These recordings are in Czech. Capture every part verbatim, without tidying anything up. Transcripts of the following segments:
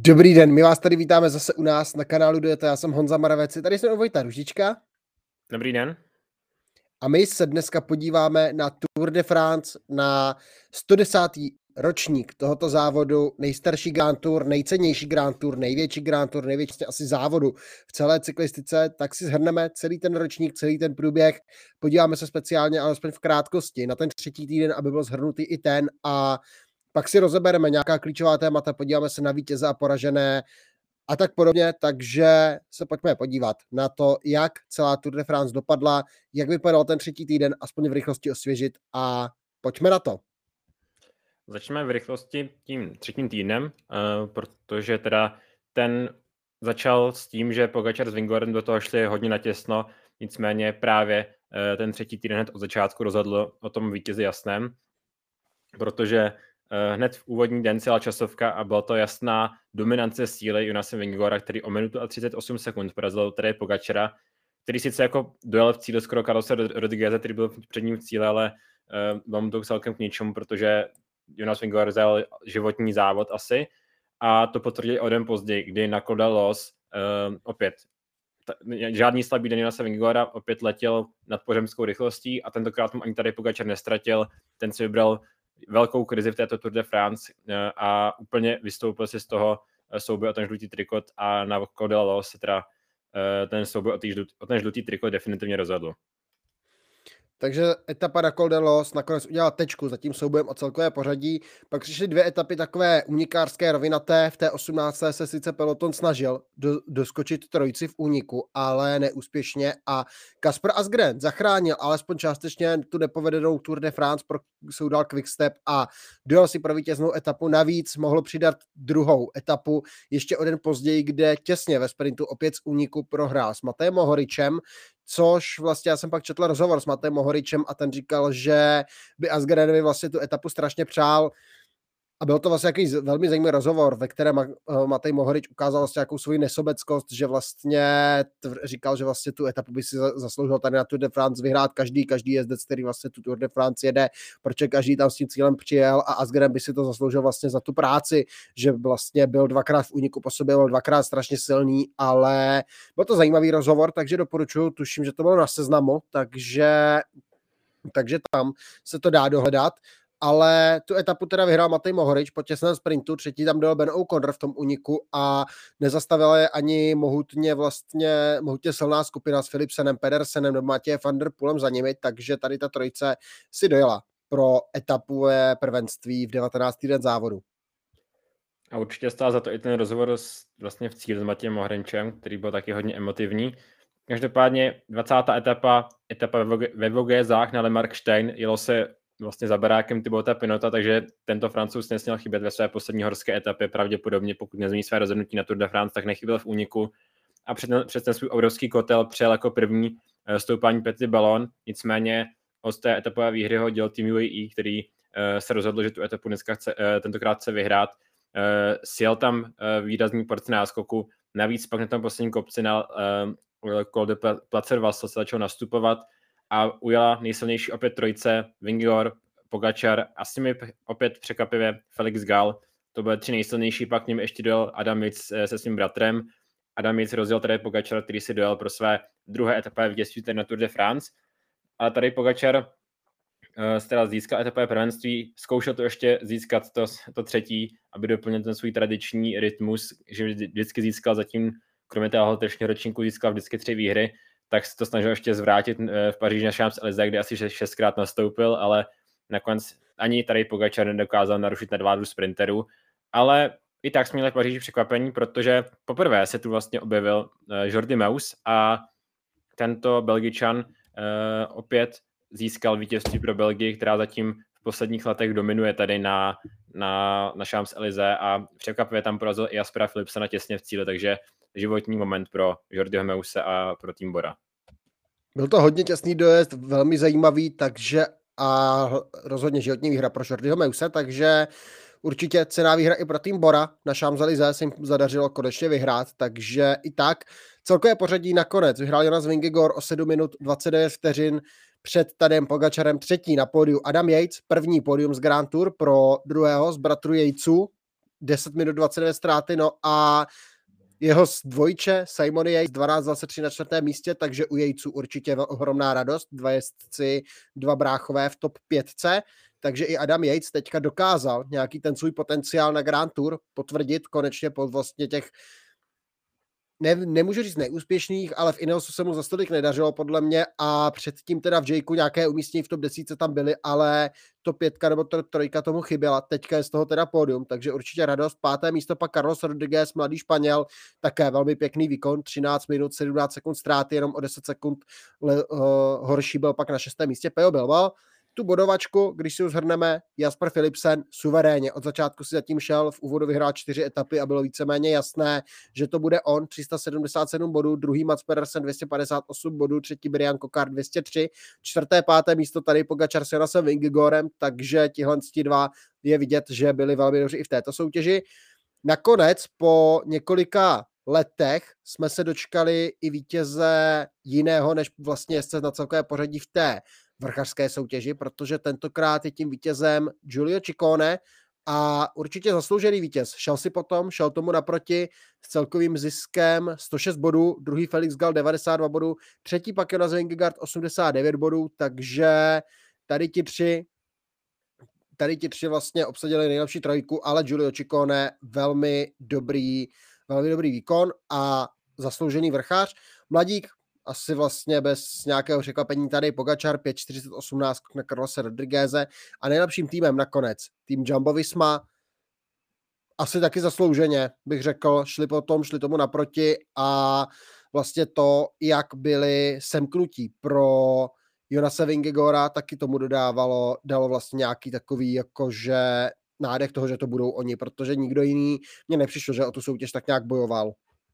Dobrý den, my vás tady vítáme zase u nás na kanálu Dojete, já jsem Honza Maravec, tady jsem Vojta Ružička. Dobrý den. A my se dneska podíváme na Tour de France, na sto desátý ročník tohoto závodu, nejstarší Grand Tour, nejcennější Grand Tour, největší Grand Tour, největší asi závodu v celé cyklistice, tak si shrneme celý ten ročník, celý ten průběh, podíváme se speciálně, alespoň v krátkosti, na ten třetí týden, aby byl shrnutý i ten a pak si rozebereme nějaká klíčová témata, podíváme se na vítěze a poražené a tak podobně, takže se pojďme podívat na to, jak celá Tour de France dopadla, jak vypadal ten třetí týden, aspoň v rychlosti osvěžit a pojďme na to. Začneme v rychlosti tím třetím týdnem, uh, protože teda ten začal s tím, že Pogačar s Vingegordem do toho šli hodně natěsno, nicméně právě uh, ten třetí týden hned od začátku rozhodl o tom vítězi jasném, protože uh, hned v úvodní den celá časovka a byla to jasná dominance síly Jonase Vingegaarda, který o minutu a třicet osm sekund porazil tedy Pogačara, který sice jako dojel v cíli skoro Carlose Rodrigueze, který byl před ním v cíli, ale uh, byl mu to celkem k ničemu, protože Jonas Vingegaard vzal životní závod asi a to potvrdili o den později, kdy na Col d'Los uh, opět ta, žádný slabý den Jonasa Vingegaarda opět letěl nad pozemskou rychlostí a tentokrát mu ani tady Pogačar nestratil, ten si vybral velkou krizi v této Tour de France uh, a úplně vystoupil si z toho uh, souboj o ten žlutý trikot a na Col d'Los se teda uh, ten souboj o, žlut, o ten žlutý trikot definitivně rozhodl. Takže etapa na Col d'Los nakonec udělala tečku za tím soubojem o celkové pořadí. Pak přišly dvě etapy takové unikářské rovinaté. V té osmnácté se sice peloton snažil do, doskočit trojici v úniku, ale neúspěšně a Kasper Asgreen zachránil alespoň částečně tu nepovedenou Tour de France, pro soudal Quickstep a dojel si pro vítěznou etapu. Navíc mohl přidat druhou etapu ještě o den později, kde těsně ve sprintu opět z úniku prohrál s Matejem Mohoričem, což vlastně já jsem pak četl rozhovor s Matejem Mohoričem a ten říkal, že by Asgreenovi vlastně tu etapu strašně přál a byl to vlastně jaký velmi zajímavý rozhovor, ve kterém Matej Mohorič ukázal vlastně nějakou svoji nesobeckost, že vlastně říkal, že vlastně tu etapu by si zasloužil tady na Tour de France vyhrát každý, každý jezdec, který vlastně tu Tour de France jede, protože každý tam s tím cílem přijel a Asgreen by si to zasloužil vlastně za tu práci, že vlastně byl dvakrát v úniku po sobě, byl dvakrát strašně silný, ale byl to zajímavý rozhovor, takže doporučuji, tuším, že to bylo na Seznamu, takže, takže tam se to dá dohledat. Ale tu etapu teda vyhrál Matej Mohorič po těsném sprintu, třetí tam byl Ben O'Connor v tom úniku a nezastavila je ani mohutně vlastně, mohutně silná skupina s Philipsenem, Pedersenem nebo Matějem van der Poelem za nimi, takže tady ta trojice si dojela pro etapové prvenství v devatenáctý den závodu. A určitě stál za to i ten rozhovor s, vlastně v cíli s Matějem Mohoričem, který byl taky hodně emotivní. Každopádně dvacátá etapa, etapa ve Vogézách na Le Markstein, jelo se vlastně za barákem Thibauta Pinota, takže tento Francouz nesměl chybět ve své poslední horské etapě, pravděpodobně pokud nezmění své rozhodnutí na Tour de France, tak nechyběl v úniku a před ten, před ten svůj obrovský kotel přijel jako první stoupání Petit Ballon, nicméně od té etapové výhry ho dělal tým U A E, který uh, se rozhodl, že tu etapu dneska chce, uh, tentokrát chce vyhrát. Uh, sjel tam uh, výrazný porci náskoku, navíc pak na tom posledním kopci na uh, Col de Placer Vassal se začal nastupovat a ujela nejsilnější opět trojice, Vingegaard, Pogačar a s nimi opět překvapivě Felix Gall. To byly tři nejsilnější, pak k ním ještě dojel Adam Yates se svým bratrem. Adam Yates rozjel tady Pogačar, který si dojel pro své druhé etapové vítězství na Tour de France. A tady Pogačar uh, teda získal etapové prvenství, zkoušel to ještě získat to, to třetí, aby doplnil ten svůj tradiční rytmus, že vždycky získal zatím, kromě toho letošního ročníku, získal vždycky tři výhry, tak se to snažil ještě zvrátit v Paříži na Champs-Élysées, kde asi šestkrát nastoupil, ale nakonec ani tady Pogačar nedokázal narušit nadvládu sprinterů, ale i tak jsme měli v Paříži překvapení, protože poprvé se tu vlastně objevil Jordi Meus a tento Belgičan uh, opět získal vítězství pro Belgii, která zatím v posledních letech dominuje tady na, na, na Champs-Élysées a překvapivě tam porazil i Jaspera Philipsena těsně v cíli, takže životní moment pro Jordiho Meuse a pro tým Bora. Byl to hodně těsný dojezd, velmi zajímavý, takže a rozhodně životní výhra pro Jordiho Meuse, takže určitě cenná výhra i pro tým Bora. Na Champs-Élysées se jim zadařilo konečně vyhrát, takže i tak. Celkové pořadí nakonec vyhrál Jonas Vingegaard o sedm minut dvacet devět vteřin před Tadem Pogačarem, třetí na pódiu Adam Yates, první pódium z Grand Tour pro druhého z bratru Yatesů. deset minut dvacet devět ztráty, no a jeho dvojče Simon Yates dvanáct dvacet tři na čtvrtém místě, takže u Yatesů určitě ohromná radost, dva jezdci, dva bráchové v top pětce, takže i Adam Yates teďka dokázal nějaký ten svůj potenciál na Grand Tour potvrdit konečně po vlastně těch Ne, nemůžu říct neúspěšných, ale v Ineosu se mu za stolik nedařilo podle mě a předtím teda v Jakeu nějaké umístění v top desítce tam byly, ale top pětka nebo to, trojka tomu chyběla. Teďka je z toho teda pódium, takže určitě radost. Páté místo pak Carlos Rodriguez, mladý Španěl, také velmi pěkný výkon, třináct minut, sedmnáct sekund ztráty, jenom o deset sekund le, uh, horší byl pak na šestém místě Pejo Bilbao. Tu bodovačku, když si už shrneme, Jasper Philipsen suverénně. Od začátku si zatím šel, v úvodu vyhrál čtyři etapy a bylo víceméně jasné, že to bude on, tři sta sedmdesát sedm bodů, druhý Mats Pedersen dvě stě padesát osm bodů, třetí Brian Kokár dvě stě tři, čtvrté, páté místo tady Pogačar s Jonasem Vingegaardem, takže tihle dva je vidět, že byli velmi dobří i v této soutěži. Nakonec po několika letech jsme se dočkali i vítěze jiného, než vlastně jezdce na celkové pořadí v té vrchařské soutěži, protože tentokrát je tím vítězem Giulio Ciccone a určitě zasloužený vítěz. Šel si potom, šel tomu naproti s celkovým ziskem sto šest bodů, druhý Felix Gall devadesát dva bodů, třetí pak Jonas Vingegaard osmdesát devět bodů, takže tady ti tři tady ti tři vlastně obsadili nejlepší trojku, ale Giulio Ciccone velmi dobrý, velmi dobrý výkon a zasloužený vrchař. Mladík asi vlastně bez nějakého překvapení tady Pogačar pět čtyřicet osmnáct na Carlose Rodrigueze a nejlepším týmem nakonec tým Jumbo Visma asi taky zaslouženě, bych řekl, šli potom, šli tomu naproti a vlastně to, jak byli semknutí pro Jonase Vingegaarda, taky tomu dodávalo, dalo vlastně nějaký takový jakože nádech toho, že to budou oni, protože nikdo jiný mně nepřišlo, že o tu soutěž tak nějak bojoval.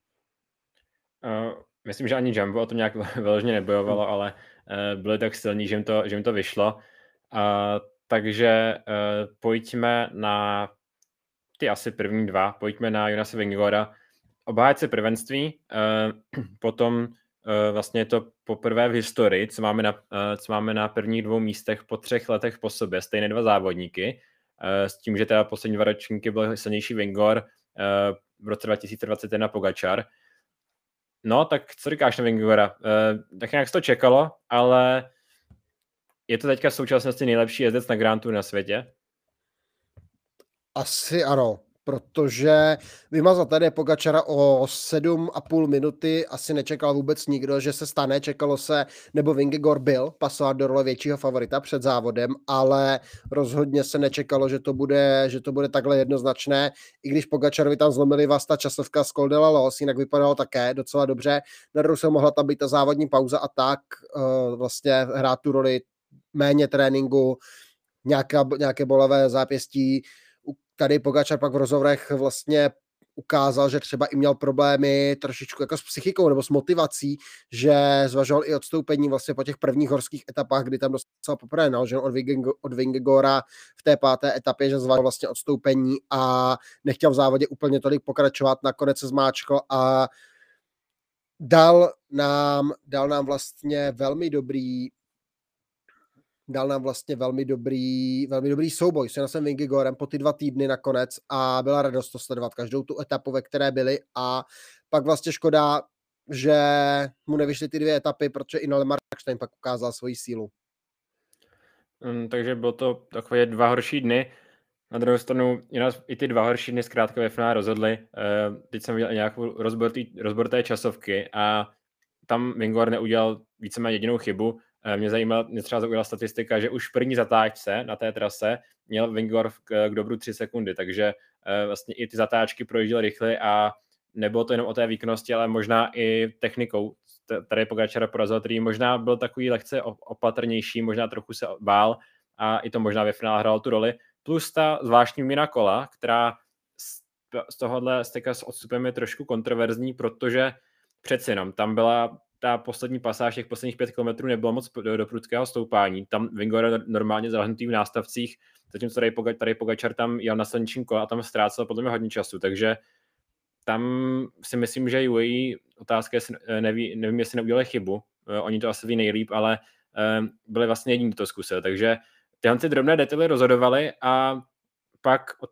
Uh, myslím, že ani Jumbo o tom nějak vyloženě nebojovalo, hmm. ale uh, byli tak silní, že jim to, že jim to vyšlo. Uh, takže uh, pojďme na ty asi první dva, pojďme na Jonase Vingegaarda. Obhájce prvenství, uh, potom uh, vlastně je to poprvé v historii, co máme, na, uh, co máme na prvních dvou místech po třech letech po sobě, stejné dva závodníky, uh, s tím, že teda poslední dva ročníky byl silnější Vingegaard, uh, v roce dva tisíce dvacet jedna Pogačar. No, tak co říkáš na Vingegaarda? Uh, tak nějak se to čekalo, ale je to teďka v současnosti nejlepší jezdec na Grand Tour na světě? Asi ano, protože vymazat tady Pogačara o sedm a půl minuty asi nečekal vůbec nikdo, že se stane, čekalo se, nebo Vingegaard byl pasovat do role většího favorita před závodem, ale rozhodně se nečekalo, že to bude, že to bude takhle jednoznačné, i když Pogačarovi tam zlomili vás ta časovka z Col de la Loze, jinak vypadalo také docela dobře, na druhou se mohla tam být ta závodní pauza a tak uh, vlastně hrát tu roli méně tréninku, nějaká, nějaké bolavé zápěstí. Tady Pogačar pak v rozhovorech vlastně ukázal, že třeba i měl problémy trošičku jako s psychikou nebo s motivací, že zvažoval i odstoupení vlastně po těch prvních horských etapách, kdy tam dostal poprvé naložen od, Vinge, od Vingegaarda v té páté etapě, že zvažoval vlastně odstoupení a nechtěl v závodě úplně tolik pokračovat, nakonec se zmáčkl a dal nám, dal nám vlastně velmi dobrý dal nám vlastně velmi dobrý, velmi dobrý souboj s Jonasem Vingegaardem po ty dva týdny nakonec a byla radost to sledovat každou tu etapu, ve které byli a pak vlastně škoda, že mu nevyšly ty dvě etapy, protože i Noel Markstein pak ukázal svoji sílu. Um, takže bylo to takové dva horší dny. Na druhou stranu i, nás, i ty dva horší dny zkrátka ve finále rozhodli. Uh, teď jsem viděl nějakou rozbor, tý, rozbor té časovky a tam Vingegaard neudělal víceméně jedinou chybu. Mě zajímala, mě třeba zaujala statistika, že už v první zatáčce na té trase měl Vingegaard k, k dobru tři sekundy, takže vlastně i ty zatáčky projížděl rychle a nebylo to jenom o té výkonnosti, ale možná i technikou. Tady Pogačar porazil, který možná byl takový lehce opatrnější, možná trochu se bál a i to možná ve finále hrál tu roli. Plus ta zvláštní míra kola, která z tohohle steka s odstupem je trošku kontroverzní, protože přeci jenom tam byla ta poslední pasáž, těch posledních pět kilometrů nebylo moc do, do prudkého stoupání. Tam Vingegaard normálně zalahnutý v nástavcích, zatímco tady, Poga, tady Pogačar tam jel na silničním kole a tam ztrácel podle mě hodně času, takže tam si myslím, že U A E, otázka je, neví, nevím, jestli neudělali chybu, oni to asi ví nejlíp, ale um, byli vlastně jediní, kdo to zkusil, takže tyhle ty drobné detaily rozhodovali a pak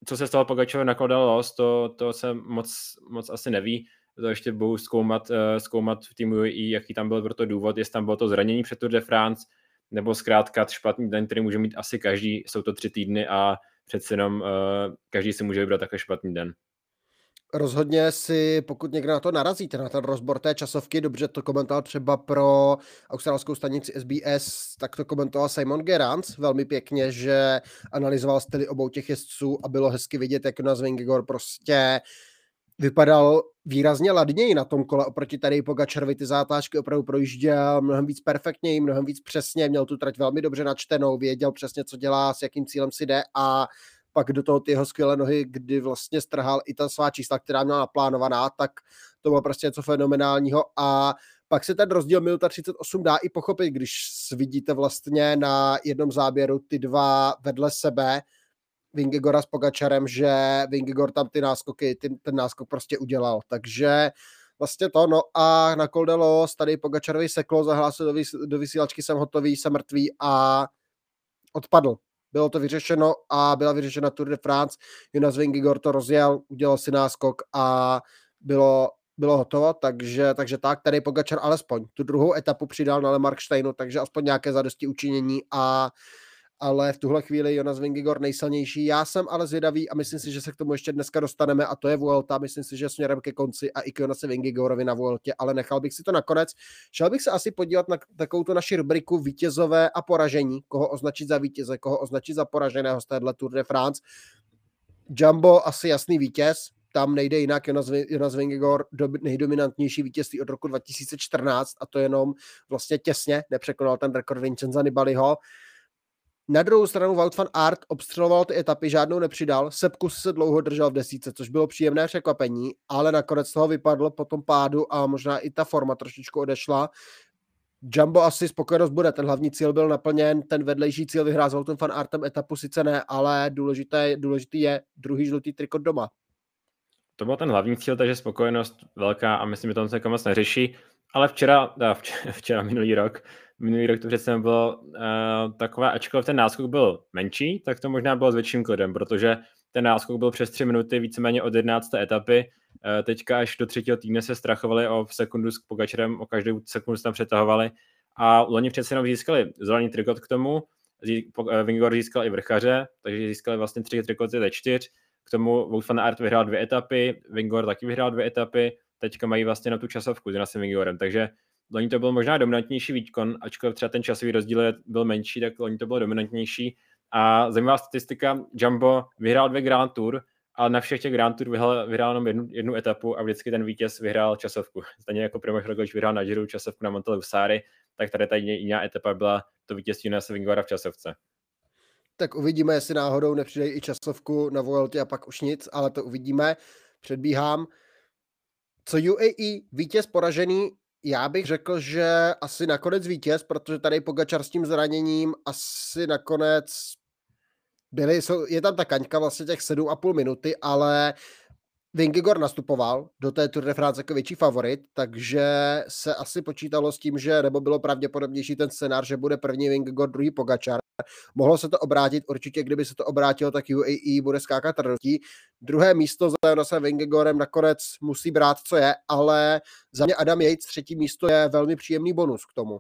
co se stalo Pogačarovi na Col de Los, to, to se moc, moc asi neví. To ještě budou zkoumat, uh, zkoumat v týmu U A E, jaký tam byl pro to důvod, jestli tam bylo to zranění před Tour de France, nebo zkrátka špatný den, který může mít asi každý, jsou to tři týdny a přece jenom uh, každý si může vybrat takhle špatný den. Rozhodně si, pokud někdo na to narazíte, na ten rozbor té časovky, dobře to komentoval třeba pro australskou stanici S B S, tak to komentoval Simon Gerrans velmi pěkně, že analyzoval styly obou těch jezdců a bylo hezky vidět, jak Jonas Vingegaard prostě vypadal výrazně ladněji na tom kole oproti tady Pogačarovi, ty zátáčky opravdu projížděl mnohem víc perfektněji, mnohem víc přesně, měl tu trať velmi dobře načtenou, věděl přesně, co dělá, s jakým cílem si jde a pak do toho ty jeho skvělé nohy, kdy vlastně strhal i ta svá čísla, která měla naplánovaná, tak to bylo prostě něco fenomenálního a pak se ten rozdíl minuta třicet osm dá i pochopit, když vidíte vlastně na jednom záběru ty dva vedle sebe, Vingegaarda s Pogačarem, že Vingegaard tam ty náskoky, ty, ten náskok prostě udělal. Takže vlastně to, no a na Col de Los tady Pogačarovi seklo, zahlásil do, vys, do vysílačky, jsem hotový, jsem mrtvý a odpadl. Bylo to vyřešeno a byla vyřešena Tour de France. Jonas Vingegaard to rozjel, udělal si náskok a bylo, bylo hotovo, takže, takže tak, tady Pogačar alespoň tu druhou etapu přidal na Le Marksteinu, takže aspoň nějaké zadosti učinění a ale v tuhle chvíli Jonas Vingegaard nejsilnější. Já jsem ale zvědavý a myslím si, že se k tomu ještě dneska dostaneme a to je Vuelta. Myslím si, že směrem ke konci a i k Jonasi Vingegaardovi na Vueltě, ale nechal bych si to nakonec. Šel bych se asi podívat na takovou tu naši rubriku vítězové a poražení, koho označit za vítěze, koho označit za poraženého z téhle Tour de France. Jumbo asi jasný vítěz, tam nejde jinak, Jonas, Jonas Vingegaard nejdominantnější vítězství od roku dva tisíce čtrnáct a to jenom vlastně těsně nepřekonal ten rekord Vincenza Nibaliho. Na druhou stranu Wout van Aert obstřeloval ty etapy, žádnou nepřidal, Sepkus se dlouho držel v desítce, což bylo příjemné překvapení, ale nakonec toho vypadl po tom pádu a možná i ta forma trošičku odešla. Jumbo asi spokojenost bude, ten hlavní cíl byl naplněn, ten vedlejší cíl vyhrál s Woutem van Aertem etapu sice ne, ale důležité, důležitý je druhý žlutý trikot doma. To byl ten hlavní cíl, takže spokojenost velká a myslím, že to se moc neřeší, ale včera, včera, včera minulý rok, minulý rok to přece bylo uh, takové, ačkoliv ten náskok byl menší, tak to možná bylo s větším klidem, protože ten náskok byl přes tři minuty, víceméně od jedenácté etapy. Uh, teďka až do třetího týdne se strachovali o sekundu s Pogačarem, o každou sekundu se tam přetahovali a loni přece jenom získali zelený trikot k tomu, Vingegaard získal i vrchaře, takže získali vlastně tři trikoty ze čtyř. K tomu Wout van Aert vyhrál dvě etapy, Vingegaard taky vyhrál dvě etapy, teďka mají vlastně na tu časovku s Jonasem Vingegaardem, takže loni to byl možná dominantnější výkon, ačkoliv třeba ten časový rozdíl byl menší, tak loni to bylo dominantnější. A zajímavá statistika, Jumbo vyhrál dvě Grand Tour, ale na všech těch Grand Tour vyhrál, vyhrál jenom jednu, jednu etapu a vždycky ten vítěz vyhrál časovku. Stejně jako Primož Roglič vyhrál na Giro časovku na Monte Lussari, tak tady ta jiná etapa byla to vítězství Jonase Vingegaarda v časovce. Tak uvidíme, jestli náhodou nepřidají i časovku na Vueltě a pak už nic, ale to uvidíme. Předbíhám. Co U A E, vítěz poražený, já bych řekl, že asi nakonec vítěz, protože tady Pogačar s tím zraněním asi nakonec byli, je tam ta kaňka vlastně těch sedm a půl minuty, ale Vingegaard nastupoval do té Tour de France jako větší favorit, takže se asi počítalo s tím, že nebo bylo pravděpodobnější ten scénář, že bude první Vingegaard, druhý Pogačar. Mohlo se to obrátit, určitě kdyby se to obrátilo, tak U A E bude skákat rdotí. Druhé místo za Jonasem Vingegaardem nakonec musí brát, co je, ale za mě Adam Yates, třetí místo je velmi příjemný bonus k tomu.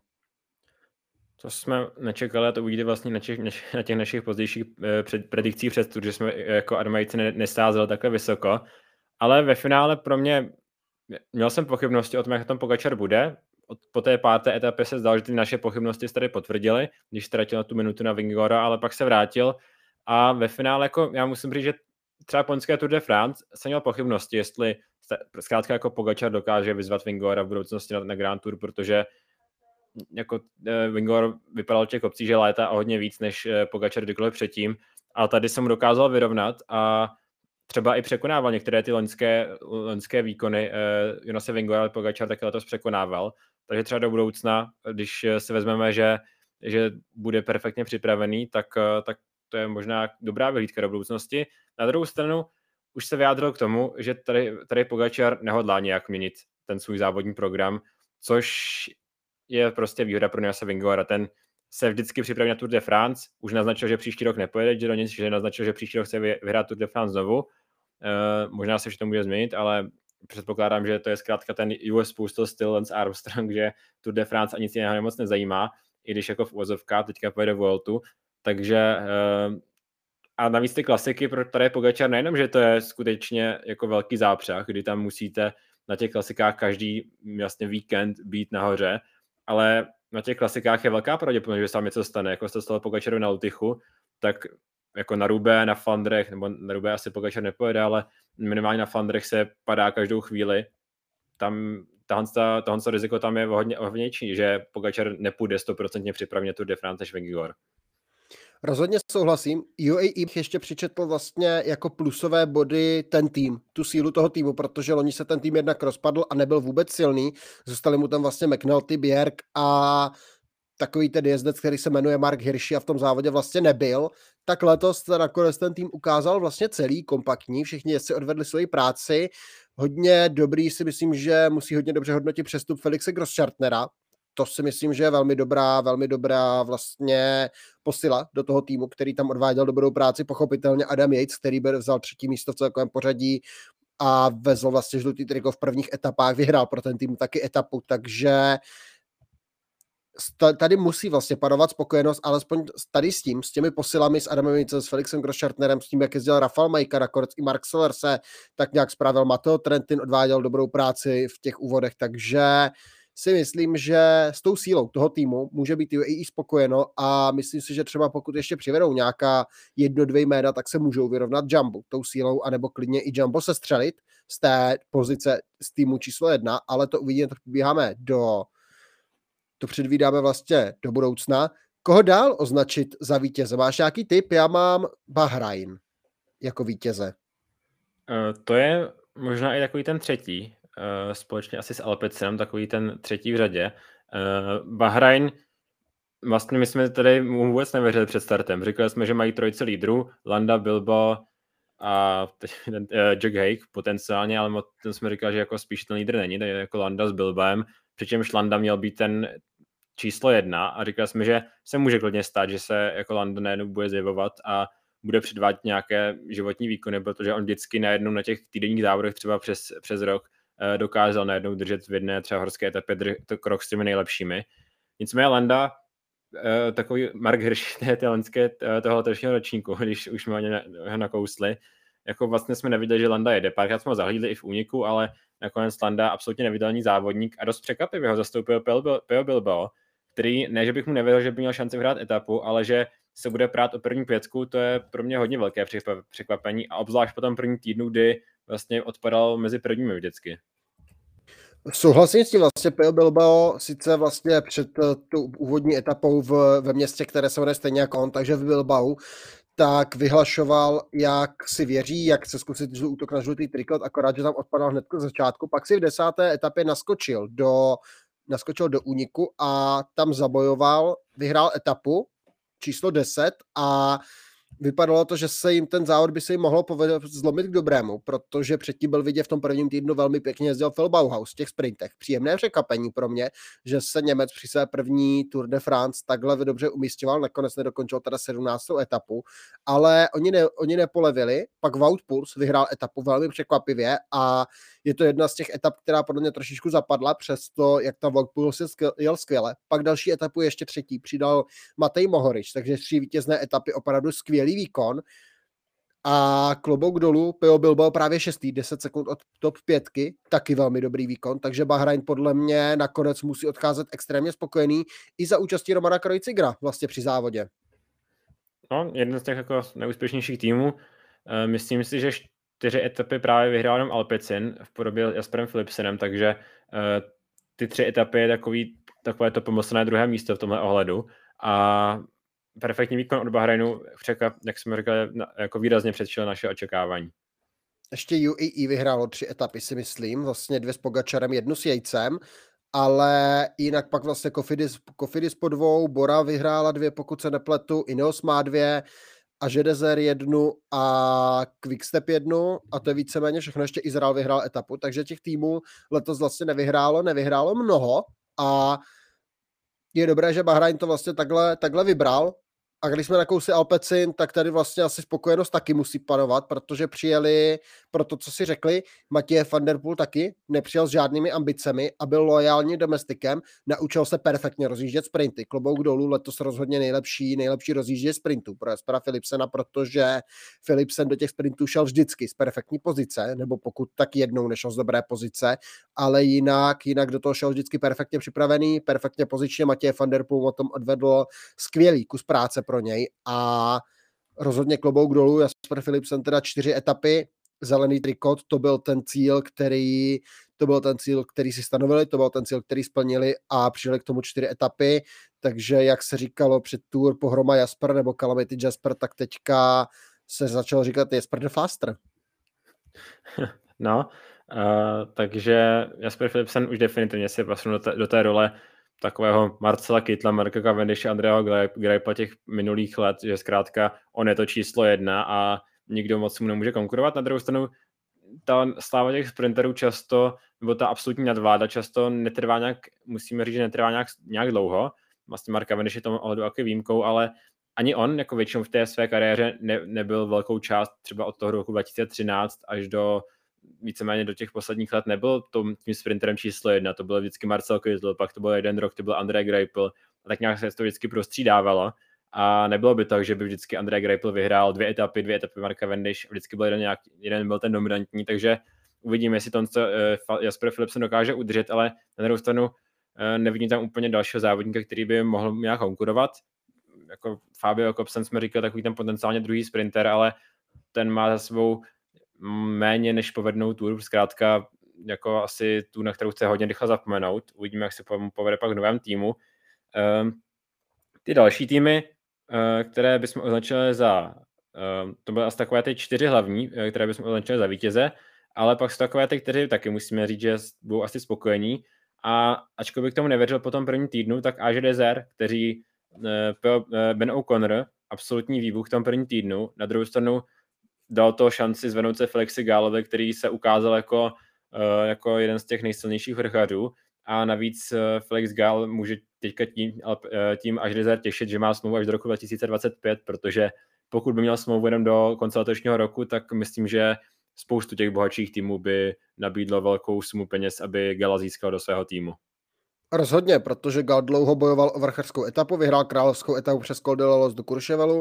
To jsme nečekali a to uvidíte vlastně na těch, na těch našich pozdějších před, predikcích před Tour, že jsme jako Adam Yates nestázeli takhle vysoko. Ale ve finále pro mě, měl jsem pochybnosti o tom, jak tam Pogačar bude. Po té páté etapě se zdalo, že ty naše pochybnosti se tady potvrdily, když ztratil tu minutu na Vingegaarda, ale pak se vrátil. A ve finále, jako já musím říct, že třeba loňské Tour de France jsem měl pochybnosti, jestli zkrátka jako Pogačar dokáže vyzvat Vingegaarda v budoucnosti na, na Grand Tour, protože jako eh, Vingegaard vypadal těch kopcích, že létá o hodně víc než eh, Pogačar kdykoliv předtím, ale tady jsem mu dokázal vyrovnat a třeba i překonával některé ty loňské, loňské výkony. Eh, Jonase Vingegaard Pogačar taky letos překonával, takže třeba do budoucna, když si vezmeme, že, že bude perfektně připravený, tak, tak to je možná dobrá vyhlídka do budoucnosti. Na druhou stranu už se vyjádřil k tomu, že tady, tady Pogačar nehodlá nějak měnit ten svůj závodní program, což je prostě výhoda pro Jonase Vingegaarda. Ten se vždycky připraví na Tour de France, už naznačil, že příští rok nepojede Giro, že naznačil, že příští rok chce vyhrát Tour de France znovu. Uh, možná se to může změnit, ale předpokládám, že to je zkrátka ten U S Postal styl Lance Armstrong, že Tour de France a nic jiného moc nezajímá, i když jako v uvozovkách teďka pojede Vueltu, takže uh, a navíc ty klasiky pro tady Pogačar nejenom, že to je skutečně jako velký zápřah, kdy tam musíte na těch klasikách každý vlastně víkend být nahoře, ale na těch klasikách je velká pravděpodobnost, že se tam něco stane, jako se stalo Pogačarovi na Lutychu, tak jako na Roubaix, na Flandrech, nebo na Roubaix asi Pogačar nepojede, ale minimálně na Flandrech se padá každou chvíli. Tam tohle, tohle riziko tam je hodně hodnější, že Pogačar nepůjde stoprocentně připraveně Tour de France než Vingegaard. Rozhodně souhlasím. U A E ještě přičetl vlastně jako plusové body ten tým, tu sílu toho týmu, protože loni se ten tým jednak rozpadl a nebyl vůbec silný. Zůstali mu tam vlastně McNulty, Bjerg a takový ten jezdec, který se jmenuje Mark Hirschi a v tom závodě vlastně nebyl. Tak letos nakonec ten tým ukázal vlastně celý, kompaktní, všichni jezdci odvedli svoji práci. Hodně dobrý, si myslím, že musí hodně dobře hodnotit přestup Felixe Grosschartnera. To si myslím, že je velmi dobrá, velmi dobrá vlastně posila do toho týmu, který tam odváděl dobrou práci. Pochopitelně Adam Yates, který byl vzal třetí místo v celkovém pořadí a vezl vlastně žlutý triko v prvních etapách, vyhrál pro ten tým taky etapu, takže tady musí vlastně panovat spokojenost, alespoň tady s tím, s těmi posilami, s Adamem Yatesem, s Felixem Grosschartnerem, s tím, jak jezdil Rafał Majka, nakonec i Mark Soler se tak nějak spravil, Matteo Trentin odváděl dobrou práci v těch úvodech, takže si myslím, že s tou sílou toho týmu může být U A E spokojeno a myslím si, že třeba pokud ještě přivedou nějaká jedno, dvě jména, tak se můžou vyrovnat Jumbo tou sílou, anebo klidně i Jumbo se střelit z té pozice z týmu číslo jedna, ale to uvidíme, to běháme do to předvídáme vlastně do budoucna. Koho dál označit za vítěze? Máš nějaký tip? Já mám Bahrain jako vítěze. Uh, to je možná i takový ten třetí, uh, společně asi s Alpecinem, takový ten třetí v řadě. Uh, Bahrain, vlastně my jsme tady mu vůbec nevěřili před startem. Říkali jsme, že mají trojice lídrů, Landa, Bilbao a teď ten, uh, Jack Haig potenciálně, ale ten jsme říkali, že jako spíš ten lídr není, tak jako Landa s Bilbaem, přičemž Landa měl být ten číslo jedna a říkali jsme, že se může klidně stát, že se jako Landa najednou bude zjevovat a bude předvádět nějaké životní výkony, protože on vždycky najednou na těch týdenních závodech třeba přes, přes rok eh, dokázal najednou držet v jedné třeba horské etapě drž, to krok s těmi nejlepšími. Nicméně Landa, eh, takový Mark Hirschi té, té lenské toho letošního ročníku, když už jsme ho nakousli, jako vlastně jsme neviděli, že Landa jede. Párkrát jsme ho zahlídli i v úniku, ale nakonec Landa absolutně nevidelný závodník a dost překvapivě ho zastoupil Pello Bilbao, který, ne, že bych mu nevěděl, že by měl šanci vyhrát etapu, ale že se bude prát o první pětku, to je pro mě hodně velké překvapení a obzvlášť po tom prvním týdnu, kdy vlastně odpadal mezi prvními vždycky. Souhlasím s tím, vlastně Pello Bilbao sice vlastně před tou úvodní etapou v, ve městě, které se jmenuje stejně jako on, takže v Bilbao, tak vyhlašoval, jak si věří, jak chce zkusit útok na žlutý trikot, akorát, že tam odpadal hned z začátku. Pak si v desáté etapě naskočil do, naskočil do úniku a tam zabojoval, vyhrál etapu číslo deset a vypadalo to, že se jim ten závod by se jim mohlo povedat zlomit k dobrému, protože předtím byl vidět v tom prvním týdnu velmi pěkně jezdil Phil Bauhaus v těch sprintech. Příjemné překvapení pro mě, že se Němec při své první Tour de France takhle dobře umístěval, nakonec nedokončil teda sedmnáctou etapu, ale oni, ne, oni nepolevili, pak Wout Poels vyhrál etapu velmi překvapivě a je to jedna z těch etap, která podle mě trošičku zapadla přes to, jak tam Wout Poels jel skvěle. Pak další etapu ještě třetí přidal Matej Mohorič, takže tři vítězné etapy, opravdu skvělý výkon a klobouk dolů, Pello Bilbao právě šestý, deset sekund od top pětky, taky velmi dobrý výkon, takže Bahrain podle mě nakonec musí odcházet extrémně spokojený i za účastí Romana Kreuzigra vlastně při závodě. No, jeden z těch jako neúspěšnějších týmů. Uh, myslím si, že čtyři etapy právě vyhrál jenom Alpecin v podobě Jasperem Philipsenem, takže uh, ty tři etapy je takový, takové to pomyslné druhé místo v tomhle ohledu a perfektní výkon od Bahrainu, jak jsme říkali, jako výrazně předčil naše očekávání. Ještě U A E vyhrálo tři etapy, si myslím, vlastně dvě s Pogačarem, jednu s Jejcem, ale jinak pak vlastně Cofidis, Cofidis po dvou, Bora vyhrála dvě, pokud se nepletu, Ineos má dvě, a Žedezer jednu a Quickstep jednu a to je víceméně všechno, ještě Izrael vyhrál etapu, takže těch týmů letos vlastně nevyhrálo, nevyhrálo mnoho a Je dobré, že Bahrain to vlastně takhle, takhle vybral. A když jsme nakousli Alpecin, tak tady vlastně asi spokojenost taky musí panovat, protože přijeli pro to, co si řekli, Matěj van der Poel taky nepřijel s žádnými ambicemi a byl loajální domestikem, naučil se perfektně rozjíždět sprinty. Klobouk dolů, letos rozhodně nejlepší, nejlepší rozjíždět sprintů pro Jaspera Philipsena, protože Philipsen do těch sprintů šel vždycky z perfektní pozice, nebo pokud tak jednou nešel z dobré pozice, ale jinak, jinak do toho šel vždycky perfektně připravený, perfektně pozičně. Matěj van der Poel o tom odvedl skvělý kus práce pro něj a rozhodně klobouk dolů. Jasper Philipsen teda čtyři etapy, zelený trikot, to byl ten cíl, který to byl ten cíl, který si stanovili, to byl ten cíl, který splnili a přijeli k tomu čtyři etapy, takže jak se říkalo před Tour pohroma Jasper nebo Calamity Jasper, tak teďka se začalo říkat Jasper the Faster. No, uh, takže Jasper Philipsen už definitivně se posunul do, té, do té role takového Marcela Kittla, Marka Cavendishe, Andreho Greipla těch minulých let, že zkrátka on je to číslo jedna a nikdo moc mu nemůže konkurovat. Na druhou stranu ta sláva těch sprinterů často, nebo ta absolutní nadvláda často netrvá nějak, musíme říct, že netrvá nějak, nějak dlouho. Vlastně Mark Cavendish je tomu ohledu jaký výjimkou, ale ani on jako většinou v té své kariéře ne, nebyl velkou část, třeba od toho roku dva tisíce třináct až do víceméně do těch posledních let nebyl tím sprinterem číslo jedna, to byl vždycky Marcel Kittel, pak to byl jeden rok, to byl André Greipel, a tak nějak se to vždycky prostřídávalo a nebylo by tak, že by vždycky André Greipel vyhrál dvě etapy, dvě etapy Mark Cavendish, vždycky byl jeden, nějak, jeden byl ten dominantní, takže uvidíme, jestli to uh, Jasper Philipsen dokáže udržet, ale na druhou stranu uh, nevidím tam úplně dalšího závodníka, který by mohl nějak konkurovat. Jako Fabio Jakobsen jsme říkali, takový ten potenciálně druhý sprinter, ale ten má za svou méně než povednou Tour, zkrátka jako asi tu, na kterou chce hodně rychle zapomenout. Uvidíme, jak se povede pak v novém týmu. Um, ty další týmy, uh, které bychom označili za, uh, to byly asi takové ty čtyři hlavní, uh, které bychom označili za vítěze, ale pak jsou takové ty, kteří taky musíme říct, že budou asi spokojení. A ačkoliv bych tomu nevěřil po tom prvním týdnu, tak A G Desert, kteří uh, Ben O'Connor, absolutní výbuch v tom prvním týdnu, na druhou stranu dal to šanci zvednout se Felixi Gálovi, který se ukázal jako, uh, jako jeden z těch nejsilnějších vrchařů a navíc uh, Felix Gál může teďka tím, uh, tím až Desert těšit, že má smlouvu až do roku dva tisíce dvacet pět, protože pokud by měl smlouvu jenom do konce letošního roku, tak myslím, že spoustu těch bohatších týmů by nabídlo velkou sumu peněz, aby Gala získal do svého týmu. Rozhodně, protože Gal dlouho bojoval o vrchařskou etapu, vyhrál královskou etapu přes Col de Lolos do Courchevelu,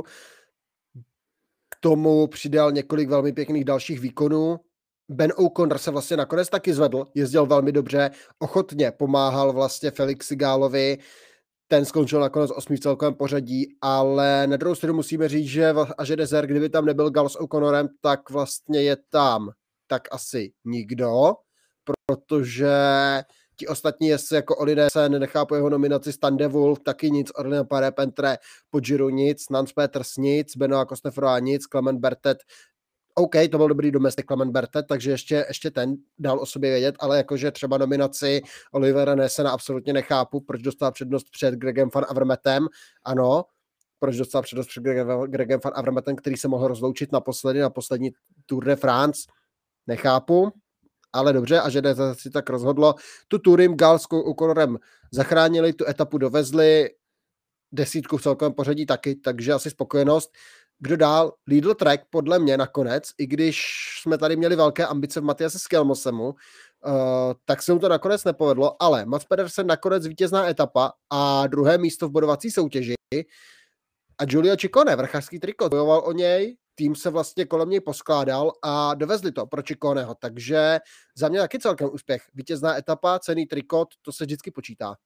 k tomu přidal několik velmi pěkných dalších výkonů. Ben O'Connor se vlastně nakonec taky zvedl, jezdil velmi dobře, ochotně pomáhal vlastně Felixi Gálovi, ten skončil nakonec osmý v celkovém pořadí, ale na druhou stranu musíme říct, že v A G Desert, kdyby tam nebyl Gal s O'Connorem, tak vlastně je tam tak asi nikdo, protože ti ostatní jezdci jako Olide Sen, nechápu jeho nominaci, Stan de Wolf, taky nic, Orlina Paré-Pentre po Giro nic, Nance Peters nic, Benoît Cosnefroy nic, Clement Bertet, OK, to byl dobrý domestik Clement Bertet, takže ještě, ještě ten dal o sobě vědět, ale jakože třeba nominaci Olivera Nesena absolutně nechápu, proč dostal přednost před Gregem van Avermaetem, ano, proč dostal přednost před Gregem van Avermaetem, který se mohl rozloučit naposledy, na poslední Tour de France, nechápu, ale dobře, a že si tak rozhodlo. Tu Turim Galskou O'Connorem zachránili, tu etapu dovezli, desítku v celkovém pořadí taky, takže asi spokojenost. Kdo dál? Lidl Trek podle mě nakonec, i když jsme tady měli velké ambice v Matiase Skelmosemu, uh, tak se mu to nakonec nepovedlo, ale Mats Pedersen nakonec vítězná etapa a druhé místo v bodovací soutěži a Giulio Ciccone, vrchařský trikot, bojoval o něj, tým se vlastně kolem něj poskládal a dovezli to pro Cicconeho, takže za mě taky celkem úspěch. Vítězná etapa, cenný trikot, to se vždycky počítá.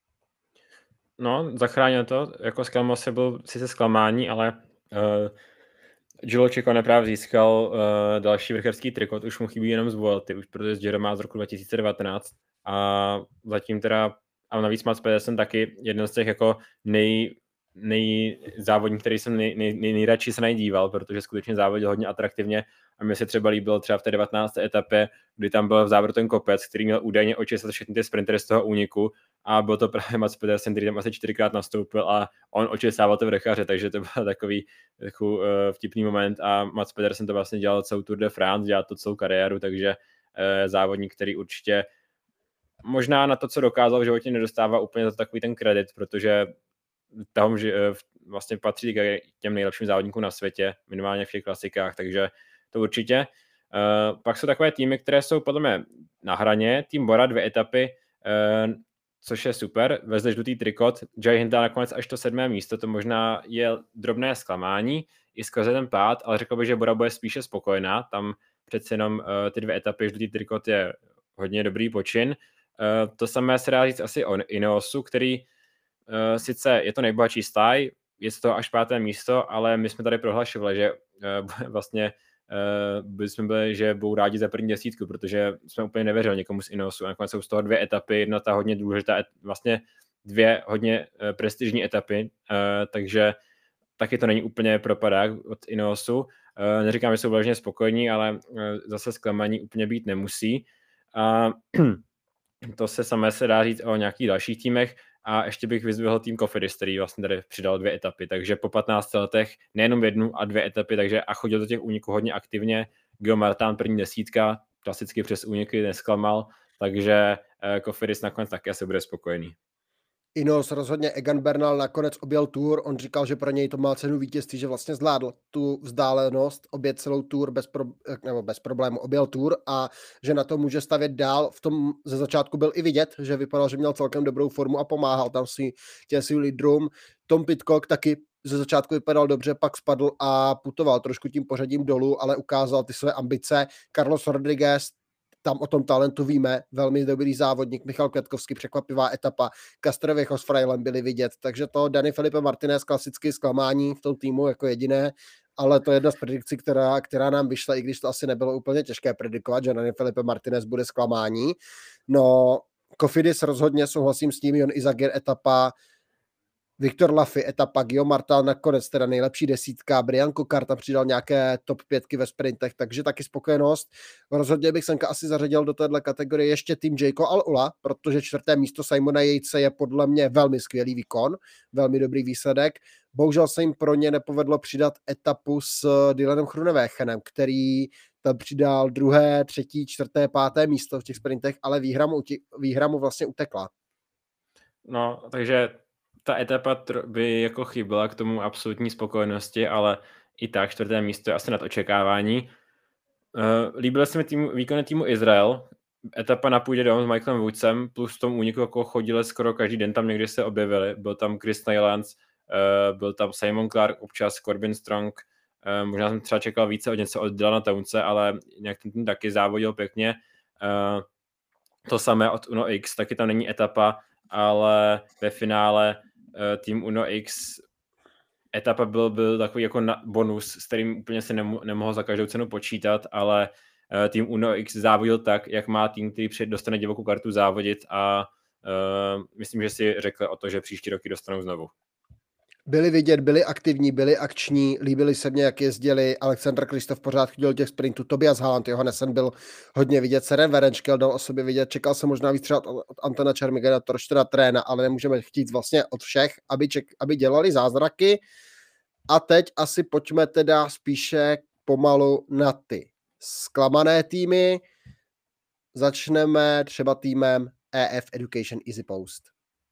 No, zachránil to, jako Skelmose byl sice zklamání, ale uh, Giulio Ciccone právě získal uh, další vrchařský trikot, už mu chybí jenom z Vuelty, už protože z Giro má z roku dva tisíce devatenáct a zatím teda, a navíc Mats Pedersen taky jeden z těch jako nej nejzávodník, který jsem nej, nej, nej, nejradši se najdíval, protože skutečně závodil hodně atraktivně a mně se třeba líbilo třeba v té devatenácté etapě, kdy tam byl v závěru ten kopec, který měl údajně očistit všechny ty sprintery z toho úniku a byl to právě Mats Pedersen, který tam asi čtyřikrát nastoupil a on očistával to vrchaře, takže to byl takový, takový uh, vtipný moment a Mats Pedersen to vlastně dělal celou Tour de France, dělal to celou kariéru, takže uh, závodník, který určitě možná na to, co dokázal v životě, nedostává úplně za takový ten kredit, protože tam že vlastně patří k těm nejlepším závodníkům na světě, minimálně v těch klasikách, takže to určitě. Uh, pak jsou takové týmy, které jsou podle mě na hraně. Tým Bora dvě etapy, uh, což je super, vezli žlutý trikot, Jay Hinta nakonec až to sedmé místo, to možná je drobné zklamání i skrze ten pád, ale řekl bych, že Bora bude spíše spokojená, tam přece jenom uh, ty dvě etapy žlutý trikot je hodně dobrý počin. Uh, to samé se dá říct asi o Ineosu, který uh, sice je to nejbohatší stáj, je to až páté místo, ale my jsme tady prohlašovali, že uh, vlastně uh, byli jsme byli, že budou rádi za první desítku, protože jsme úplně nevěřili někomu z Ineosu. A nakonec jsou z toho dvě etapy, jedna ta hodně důležitá, vlastně dvě hodně uh, prestižní etapy, uh, takže taky to není úplně propadák od Ineosu. Uh, neříkám, že jsou vážně spokojení, ale uh, zase zklamaní úplně být nemusí. A to se samé se dá říct o nějakých dalších týmech. A ještě bych vyzdvihl tým Cofidis, který vlastně tady přidal dvě etapy, takže po patnácti letech nejenom jednu a dvě etapy, takže a chodil do těch úniků hodně aktivně. Guillaume Martin první desítka, klasicky přes úniky nesklamal, takže Cofidis nakonec také se bude spokojený. Ineos rozhodně Egan Bernal nakonec objel Tour, on říkal, že pro něj to má cenu vítězství, že vlastně zvládl tu vzdálenost, obět celou Tour bez, pro, nebo bez problému, objel Tour a že na to může stavět dál. V tom ze začátku byl i vidět, že vypadal, že měl celkem dobrou formu a pomáhal tam si těm svým lídrům. Tom Pidcock taky ze začátku vypadal dobře, pak spadl a putoval trošku tím pořadím dolů, ale ukázal ty své ambice. Carlos Rodriguez, tam o tom talentu víme, velmi dobrý závodník, Michal Květkovský, překvapivá etapa, Castrověcho s Frailem byli vidět, takže to Dani Felipe Martinez klasické zklamání v tom týmu jako jediné, ale to je jedna z predikcí, která, která nám vyšla, i když to asi nebylo úplně těžké predikovat, že Dani Felipe Martinez bude zklamání. No, Cofidis rozhodně souhlasím s tím, Jon Izagir etapa, Viktor Lafy etapa, Guillaume Martin nakonec teda nejlepší desítka, Brian Kokar tam přidal nějaké top pětky ve sprintech, takže taky spokojenost. Rozhodně bych semka asi zařadil do téhle kategorie ještě tým Jayco Al-Ula, protože čtvrté místo Simona Yatese je podle mě velmi skvělý výkon, velmi dobrý výsledek. Bohužel se jim pro ně nepovedlo přidat etapu s Dylanem Groenewegenem, který tam přidal druhé, třetí, čtvrté, páté místo v těch sprintech, ale výhra mu, výhra mu vlastně utekla. No, takže ta etapa by jako chyběla k tomu absolutní spokojenosti, ale i tak čtvrté místo je asi nad očekávání. Uh, líbil se mi týmu, výkony týmu Izrael. Etapa na půjde dom s Michaelem Woodsem, plus v tom úniku jako chodili skoro každý den, tam někdy se objevili. Byl tam Chris Nylands, uh, byl tam Simon Clark, občas Corbin Strong. Uh, možná jsem třeba čekal více od něco od Dylana Townse, ale nějak ten tým taky závodil pěkně. Uh, to samé od Uno X, taky tam není etapa, ale ve finále tým Uno X etapa byl, byl takový jako na bonus, s kterým úplně si nemo, nemohl za každou cenu počítat, ale tým Uno X závodil tak, jak má tým, který před dostane divokou kartu závodit a uh, myslím, že si řekli o to, že příští roky dostanou znovu. Byli vidět, byli aktivní, byli akční, líbili se mně, jak jezdili. Alexander Kristof pořád chodil těch sprintů, Tobias Haaland, Johannesen byl hodně vidět, Seren Verenčkel dal o sobě vidět, čekal se možná víc třeba od Antona Čermigena, Torštena Tréna, ale nemůžeme chtít vlastně od všech, aby, ček, aby dělali zázraky. A teď asi pojďme teda spíše pomalu na ty zklamané týmy. Začneme třeba týmem E F Education Easy Post.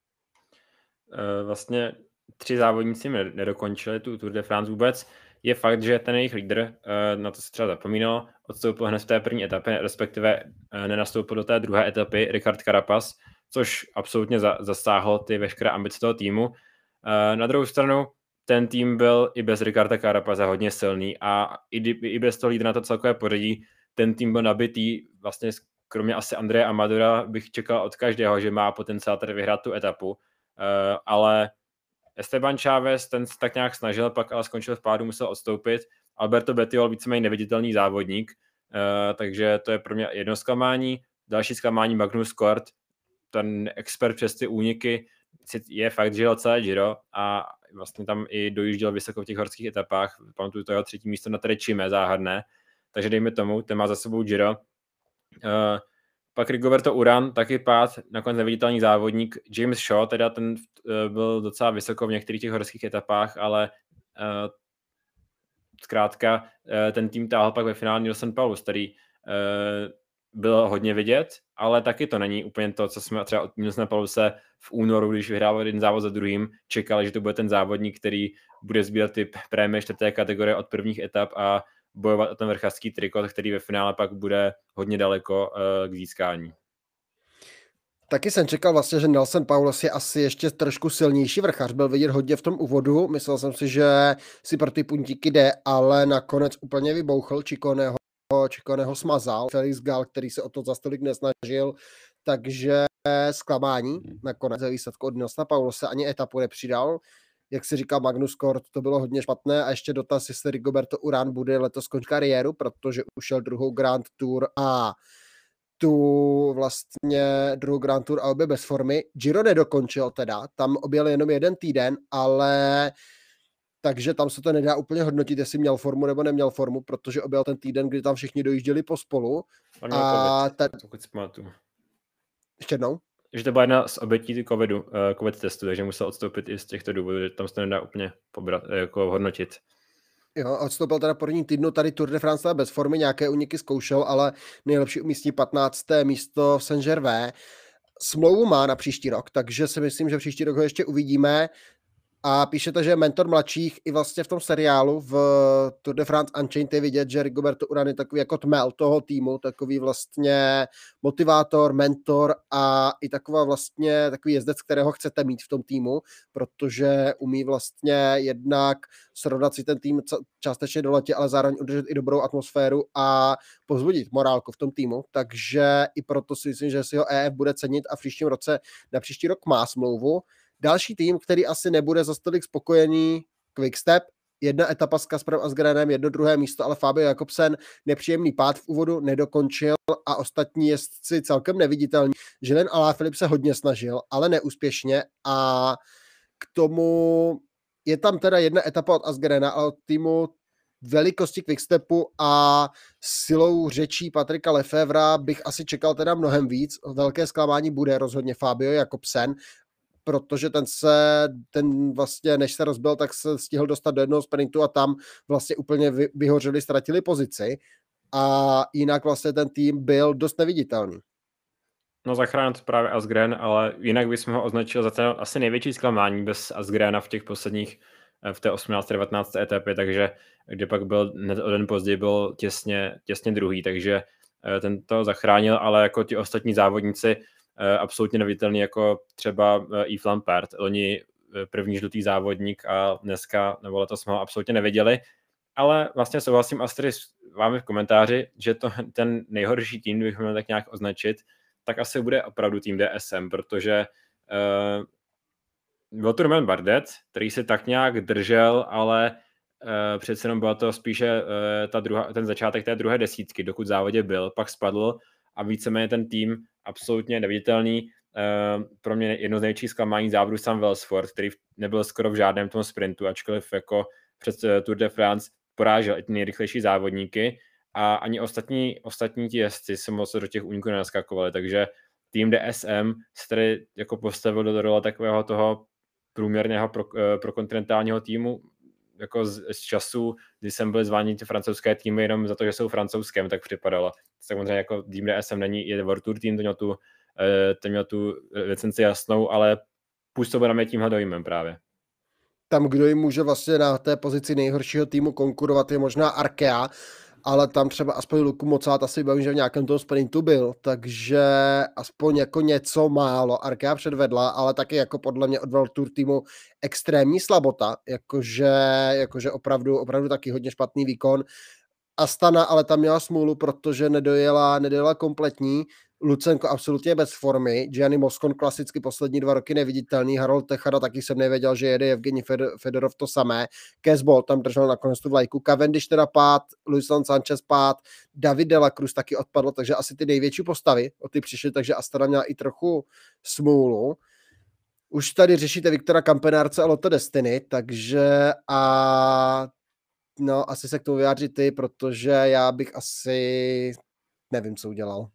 Uh, vlastně tři závodníci nedokončili tu Tour de France vůbec. Je fakt, že ten jejich lídr, na to se třeba zapomínalo, odstoupil hned v té první etapě, respektive nenastoupil do té druhé etapy, Ricard Carapaz, což absolutně zasáhlo ty veškeré ambice toho týmu. Na druhou stranu, ten tým byl i bez Ricarda Carapaza hodně silný a i bez toho lídra na to celkové pořadí, ten tým byl nabitý, vlastně kromě asi Andreje Amadora bych čekal od každého, že má potenciál tady vyhrát tu etapu, ale Esteban Chávez, ten se tak nějak snažil, pak ale skončil v pádu, musel odstoupit. Alberto Bettiol víceméně neviditelný závodník, uh, takže to je pro mě jedno zklamání. Další zklamání Magnus Kort, ten expert přes ty úniky, je fakt, že jel celé Giro a vlastně tam i dojížděl vysoko v těch horských etapách. Pamatuju to jeho třetí místo na Terečime, záhadné. Takže dejme tomu, ten má za sebou Giro. Uh, Pak Rigoberto Urán, taky pád, nakonec neviditelný závodník. James Shaw, teda ten uh, byl docela vysoko v některých těch horských etapách, ale uh, zkrátka uh, ten tým táhl pak ve finále Nilsen Paulus, který uh, bylo hodně vidět, ale taky to není úplně to, co jsme třeba od Nilsona Pauluse v únoru, když vyhrával jeden závod za druhým, čekali, že to bude ten závodník, který bude sbírat ty prémie čtvrté kategorie od prvních etap a bojovat o ten vrchařský trikot, který ve finále pak bude hodně daleko uh, k získání. Taky jsem čekal vlastně, že Nelson Paulus je asi ještě trošku silnější vrchař. Byl vidět hodně v tom úvodu. Myslel jsem si, že si pro ty puntíky jde, ale nakonec úplně vybouchl. Chikoneho, Chikoneho smazal. Felix Gall, který se o to za stolik nesnažil. Takže zklamání. Nakonec za výsledku od Nelsona Pauluse ani etapu nepřidal. Jak si říkal Magnus Kort, to bylo hodně špatné. A ještě dotaz, jestli Rigoberto Urán bude letos končit kariéru, protože ušel druhou Grand Tour a tu vlastně druhou Grand Tour a obě bez formy. Giro nedokončil teda, tam objel jenom jeden týden, ale takže tam se to nedá úplně hodnotit, jestli měl formu nebo neměl formu, protože objel ten týden, kdy tam všichni dojížděli pospolu. A, a ta... Ještě jednou? Že to byla jedna z obětí covidu, uh, covid testu, takže musel odstoupit i z těchto důvodů, že tam se to nedá úplně pobrat, jako hodnotit. Jo, odstoupil teda po prvním týdnu tady Tour de France bez formy, nějaké úniky zkoušel, ale nejlepší umístí patnácté místo v Saint-Gervais. Smlouvu má na příští rok, takže si myslím, že příští rok ho ještě uvidíme. A píšete, že je mentor mladších i vlastně v tom seriálu v Tour de France Unchained je vidět, že Rigoberto Urán je takový jako tmel toho týmu, takový vlastně motivátor, mentor a i taková vlastně takový jezdec, kterého chcete mít v tom týmu, protože umí vlastně jednak srovnat si ten tým částečně do letě, ale zároveň udržet i dobrou atmosféru a povzbudit morálku v tom týmu, takže i proto si myslím, že si ho E F bude cenit a v příštím roce na příští rok má smlouvu. Další tým, který asi nebude za stolik spokojený, Quickstep, jedna etapa s Kasparem Asgrenem, jedno druhé místo, ale Fabio Jakobsen nepříjemný pád v úvodu nedokončil a ostatní jezdci celkem neviditelní. Julien Alaphilippe se hodně snažil, ale neúspěšně a k tomu je tam teda jedna etapa od Asgrena, ale od týmu velikosti Quickstepu a silou řečí Patrika Lefevra bych asi čekal teda mnohem víc. Velké zklamání bude rozhodně Fabio Jakobsen, protože ten se, ten vlastně, než se rozbil, tak se stihl dostat do jednoho sprintu a tam vlastně úplně vy, vyhořeli, ztratili pozici a jinak vlastně ten tým byl dost neviditelný. No zachránil to právě Asgren, ale jinak bychom ho označil za ten asi největší zklamání bez Asgrena v těch posledních, v té osmnácté devatenácté etapě, takže kde pak byl o den později byl těsně, těsně druhý, takže ten to zachránil, ale jako ti ostatní závodníci absolutně neviditelný, jako třeba Yves Lampert. Oni první žlutý závodník a dneska, nebo letos jsme ho absolutně neviděli, ale vlastně souhlasím Astrid s vámi v komentáři, že to ten nejhorší tým, kdybychom měli tak nějak označit, tak asi bude opravdu tým D S M, protože uh, byl tu Romain Bardet, který se tak nějak držel, ale uh, přece jenom byla to spíše uh, ta druhá, ten začátek té druhé desítky, dokud v závodě byl, pak spadl a víceméně ten tým absolutně neviditelný. Uh, pro mě jedno z největších zklamání závodu Sam Welsford, který nebyl skoro v žádném tom sprintu, ačkoliv jako před uh, Tour de France porážel i ty nejrychlejší závodníky a ani ostatní, ostatní ti jezdci se moc do těch úniků nenaskakovali, takže tým D S M se tady jako postavil do role takového toho průměrného pro, uh, pro kontinentálního týmu, jako z, z času, kdy jsem byl zváni ty francouzské týmy jenom za to, že jsou francouzském, tak připadalo. Samozřejmě jako tým D S M není, je World Tour tým, to měl tu, ten měl tu licenci jasnou, ale působil na mě tímhle dojmem právě. Tam, kdo jim může vlastně na té pozici nejhoršího týmu konkurovat, je možná Arkea, ale tam třeba aspoň Luku Mocát asi bavím, že v nějakém tom sprintu byl, takže aspoň jako něco málo Arkea předvedla, ale taky jako podle mě od World Tour týmu extrémní slabota, jakože, jakože opravdu, opravdu taky hodně špatný výkon. Astana ale tam měla smůlu, protože nedojela, nedojela kompletní, Lucenko absolutně bez formy, Gianni Moscon klasicky poslední dva roky neviditelný, Harold Techada taky jsem nevěděl, že jede, Evgeni Fedorov to samé, Casbolt tam držel nakonec tu vlajku, Cavendish teda pád, Luis Sanchez pád, David de la Cruz taky odpadl, takže asi ty největší postavy o ty přišly, takže Astana měla i trochu smůlu. Už tady řešíte Viktora Kampenárce a Lotto Destiny, takže a no, asi se k tomu vyjádřit ty, protože já bych asi nevím, co udělal.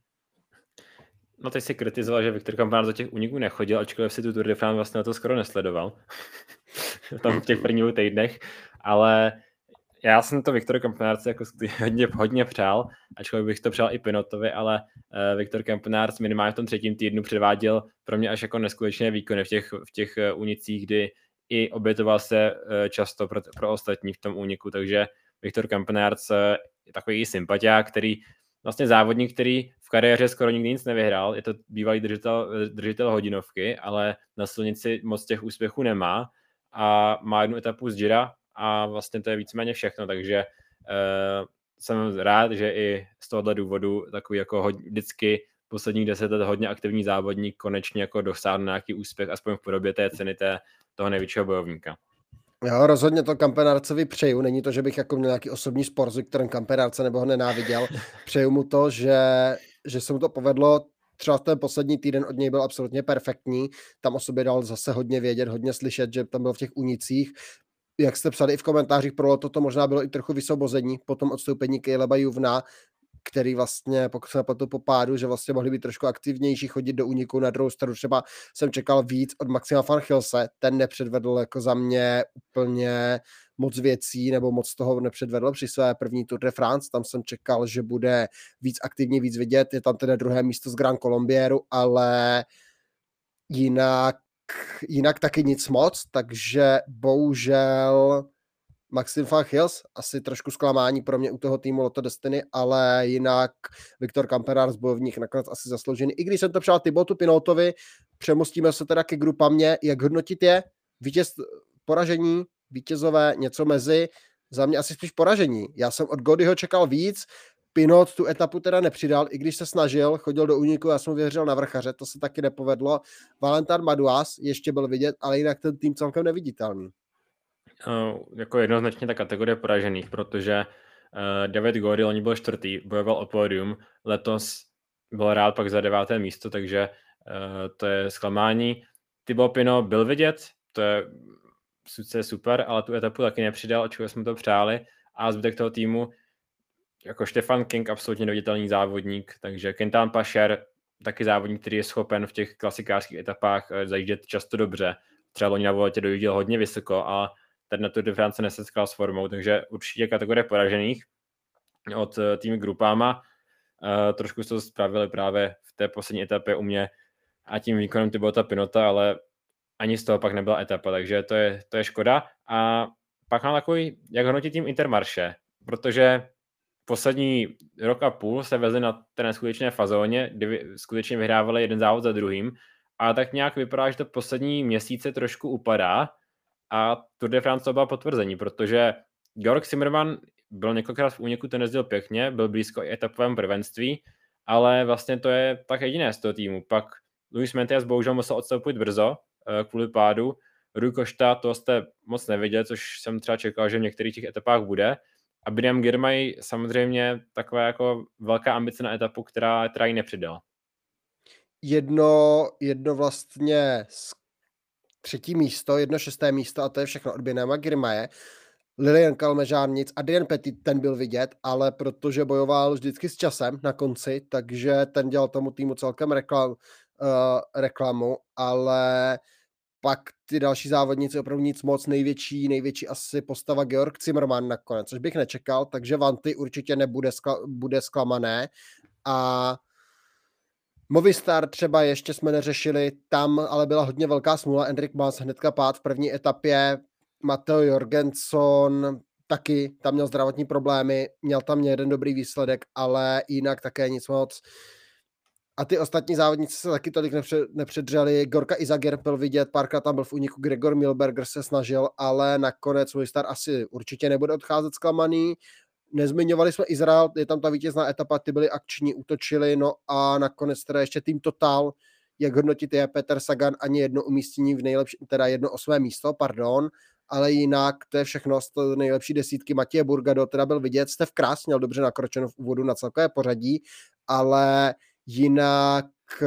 No teď si kritizoval, že Viktor Kampenárc do těch úniků nechodil, ačkoliv si tu Tour de France vlastně na to skoro nesledoval. Tam v těch prvních týdnech, ale Já jsem to Viktoru Kampenárce jako hodně, hodně přál, ačkoliv bych to přál i Pinotovi, ale uh, Viktor Kampenárc minimálně v tom třetím týdnu předváděl pro mě až jako neskutečné výkony v těch, v těch uh, únicích, kdy i obětoval se uh, často pro, pro ostatní v tom úniku, takže Viktor Kampenárc uh, je takový sympatiák, který vlastně závodník, který v kariéře skoro nikdy nic nevyhrál, je to bývalý držitel, držitel hodinovky, ale na silnici moc těch úspěchů nemá a má jednu etapu z Gira a vlastně to je víceméně všechno, takže uh, jsem rád, že i z tohohle důvodu takový jako hodně, vždycky posledních deset let hodně aktivní závodník konečně jako dosáhne nějaký úspěch, aspoň v podobě té ceny té, toho největšího bojovníka. Jo, rozhodně to Kampenárcovi přeju. Není to, že bych jako měl nějaký osobní spor s Viktorem Kampenárce nebo ho nenáviděl. Přeju mu to, že, že se mu to povedlo. Třeba ten poslední týden od něj byl absolutně perfektní. Tam o sobě dal zase hodně vědět, hodně slyšet, že tam byl v těch unicích. Jak jste psali i v komentářích, pro to, to možná bylo i trochu vysobození po tom odstoupení Caleba Juvna, který vlastně, pokud se napadl po pádu, že vlastně mohli být trošku aktivnější, chodit do úniku. Na druhou stranu třeba jsem čekal víc od Maxima van Gilse, ten nepředvedl jako za mě úplně moc věcí, nebo moc toho nepředvedl při své první Tour de France, tam jsem čekal, že bude víc aktivně, víc vidět, je tam teda druhé místo z Grand Colombieru, ale jinak, jinak taky nic moc, takže bohužel Maxim van Gils, asi trošku zklamání pro mě u toho týmu Lotto Destiny, ale jinak Viktor Kampenárc bojovník nakonec asi zasloužený. I když jsem to přál Thibaut Pinotovi, přemostíme se teda ke grupamě, jak hodnotit je, vítěz poražení, vítězové, něco mezi, za mě asi spíš poražení. Já jsem od Godyho čekal víc, Pinot tu etapu teda nepřidal, i když se snažil, chodil do úniku, já jsem věřil na vrchaře, to se taky nepovedlo. Valentin Madouas ještě byl vidět, ale jinak ten tým celkem neviditelný. Uh, jako jednoznačně ta kategorie poražených, protože uh, David Gody, on byl čtvrtý, bojoval o pódium, letos byl rád pak za deváté místo, takže uh, to je zklamání. Thibaut Pinot byl vidět, to je sice super, ale tu etapu taky nepřidal, ačkoliv jsme to přáli, a zbytek toho týmu, jako Stefan King, absolutně neviditelný závodník, takže Quentin Pacher, taky závodník, který je schopen v těch klasikářských etapách uh, zajíždět často dobře. Třeba loni na Vueltě dojížděl hodně vysoko a ten na Tour de France nesetkal s formou, takže určitě kategorie poražených od týmu grupáma. Uh, trošku to spravili právě v té poslední etapě u mě a tím výkonem Thibauta Pinota, ale ani z toho pak nebyla etapa, takže to je, to je škoda. A pak mám takový, jak hodnotit tým Intermarché, protože poslední rok a půl se vezli na té neskutečné fazóně, kdy skutečně vyhrávali jeden závod za druhým, a tak nějak vypadá, že to poslední měsíce trošku upadá. A Tour de France to byla potvrzení, protože Georg Zimmermann byl několikrát v úniku, ten jezdil pěkně, byl blízko i etapovém prvenství, ale vlastně to je tak jediné z toho týmu. Pak Luis Mentias bohužel musel odstoupit brzo kvůli pádu. Rui Costa, to jste moc neviděli, což jsem třeba čekal, že v některých těch etapách bude. A Biniam Girmay samozřejmě taková jako velká ambice na etapu, která, která ji nepřidala. Jedno, jedno vlastně třetí místo, jedno šesté místo a to je všechno od Biniama Girmaye. Lilian Kalmežán nic, Adrien Petit, ten byl vidět, ale protože bojoval vždycky s časem na konci, takže ten dělal tomu týmu celkem reklam, uh, reklamu, ale pak ty další závodníci opravdu nic moc, největší, největší asi postava Georg Zimmermann nakonec, což bych nečekal, takže Vanty určitě nebude skla, bude zklamané a Movistar třeba ještě jsme neřešili, tam ale byla hodně velká smůla, Enric Mas hnedka pád v první etapě, Matteo Jorgenson taky, tam měl zdravotní problémy, měl tam jeden dobrý výsledek, ale jinak také nic moc. A ty ostatní závodníci se taky tolik nepře- nepředřeli. Gorka Izagirre byl vidět, párkrát tam byl v úniku, Gregor Milberger se snažil, ale nakonec Movistar asi určitě nebude odcházet zklamaný. Nezmiňovali jsme Izrael, je tam ta vítězná etapa, ty byli akční, útočili, no a nakonec teda ještě tým Total, jak hodnotit je Peter Sagan, ani jedno umístění v nejlepší, teda jedno osmé místo, pardon, ale jinak to je všechno z toho nejlepší desítky. Matěj Burgado teda byl vidět, Stef Kras měl dobře nakročeno v úvodu na celkové pořadí, ale jinak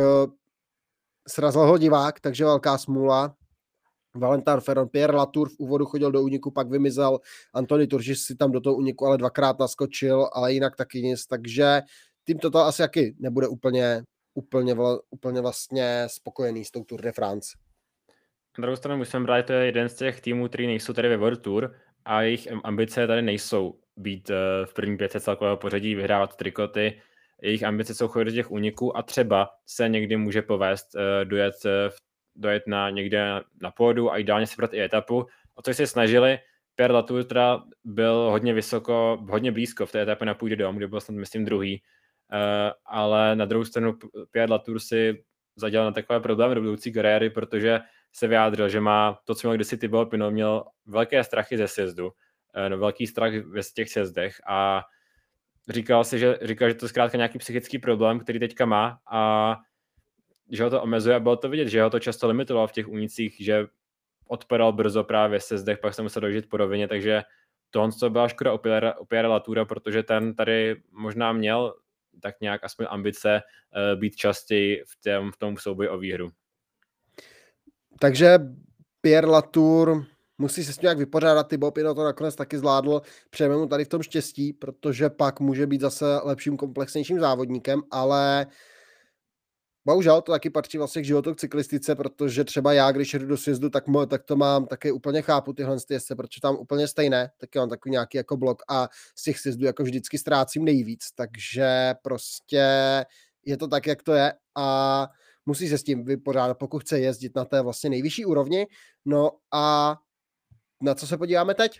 srazil ho divák, takže velká smůla. Valentin Ferron, Pierre Latour v úvodu chodil do úniku, pak vymizel, Anthony Turgis si tam do toho úniku ale dvakrát naskočil, ale jinak taky nic, takže tým toto asi taky nebude úplně, úplně, úplně vlastně spokojený s tou Tour de France. Na druhou stranu musím brát, to je jeden z těch týmů, který nejsou tady ve World Tour a jejich ambice tady nejsou být v první pětce celkového pořadí, vyhrávat trikoty. Jejich ambice jsou chodit do těch úniků a třeba se někdy může povést dojet, dojet na někde na pódu a ideálně sebrat i etapu. O co se snažili, Pierre Latour teda byl hodně vysoko, hodně blízko v té etapě na půjde dom, kde byl snad myslím druhý, ale na druhou stranu Pierre Latour si zadělal na takové problémy do budoucí kariéry, protože se vyjádřil, že má to, co měl kdysi Thibaut Pinot, měl velké strachy ze sjezdu, no, velký strach ve těch sjezdech a říkal si, že, říkal, že to je zkrátka nějaký psychický problém, který teďka má a že ho to omezuje a bylo to vidět, že ho to často limitovalo v těch únicích, že odpadal brzo právě se zdech, pak se musel dožít po rovině, takže tohle to byla škoda u Pierre Latoura, protože ten tady možná měl tak nějak aspoň ambice uh, být častěji v, tém, v tom souboji o výhru. Takže Pierre Latour musí se s tím nějak vypořádat, Thibaut Pinot to nakonec taky zvládl, přejeme mu tady v tom štěstí, protože pak může být zase lepším, komplexnějším závodníkem, ale bohužel to taky patří vlastně k životu k cyklistice, protože třeba já, když jdu do sjezdu, tak, mo, tak to mám taky úplně chápu tyhle jezdce, protože tam úplně stejné, taky mám takový nějaký jako blok a z těch sjezdů jako vždycky ztrácím nejvíc, takže prostě je to tak, jak to je a musí se s tím vypořádat, pokud chce jezdit na té vlastně nejvyšší úrovni. No a na co se podíváme teď?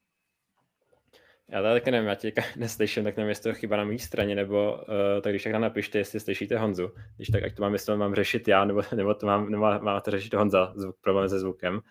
Já taky nevím, já tě neslyším, tak nevím, jestli to chyba na mé straně, nebo uh, tak když tak napište, jestli slyšíte Honzu. Když tak, ať to mám, jestli to mám řešit já, nebo, nebo to mám, nebo má to řešit Honza, zvuk, problém se zvukem. Uh,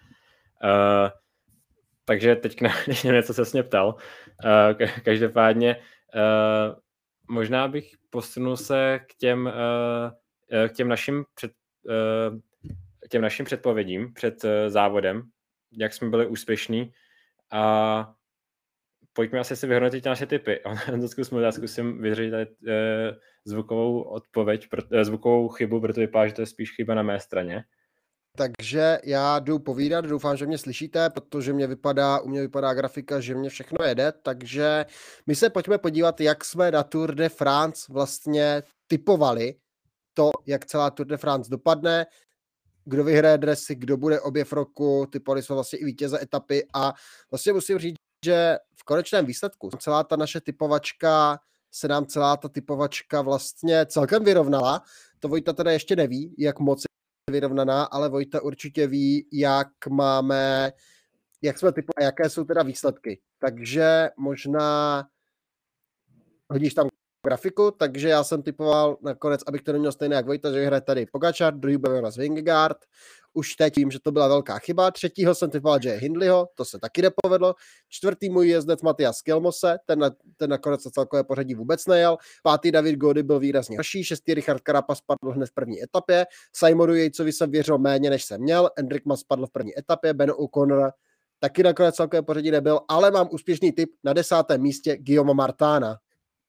takže teď nevím, něco se mě ptal. Uh, každopádně uh, možná bych posunul se k těm, uh, k těm našim před, uh, těm našim předpovědím před uh, závodem, jak jsme byli úspěšní a pojďme asi si vyhodnotit naše tipy. Zkusím, já zkusím vyřešit tady uh, zvukovou odpověď, pro, uh, zvukovou chybu, protože vypadá, že to je spíš chyba na mé straně. Takže já jdu povídat, doufám, že mě slyšíte, protože mě vypadá, u mě vypadá grafika, že mě všechno jede, takže my se pojďme podívat, jak jsme na Tour de France vlastně typovali to, jak celá Tour de France dopadne, kdo vyhraje dresy, kdo bude objev roku, typovali jsme vlastně i vítěze etapy a vlastně musím říct, že v konečném výsledku celá ta naše typovačka se nám celá ta typovačka vlastně celkem vyrovnala. To Vojta teda ještě neví, jak moc je vyrovnaná, ale Vojta určitě ví, jak máme, jak jsme typovali, jaké jsou teda výsledky. Takže možná hodíš tam grafiku, takže já jsem typoval nakonec, abych to neměl stejné jak Vojta, že vyhraje tady Pogačar, druhý bude Jonas Vingegaard. Už teď vím, že to byla velká chyba. Třetího jsem typoval Jay Hindleyho, to se taky nepovedlo. Čtvrtý můj jezdec Matias Kelmose, ten, na, ten nakonec na celkové pořadí vůbec nejel. Pátý David Gody byl výrazně horší, šestý Richard Carapaz spadl hned v první etapě. Simonu Yatesovi jsem věřil méně, než jsem měl. Enric Mas spadl v první etapě, Ben O'Connor taky nakonec celkové pořadí nebyl, ale mám úspěšný tip na desátém místě Guillaume Martina.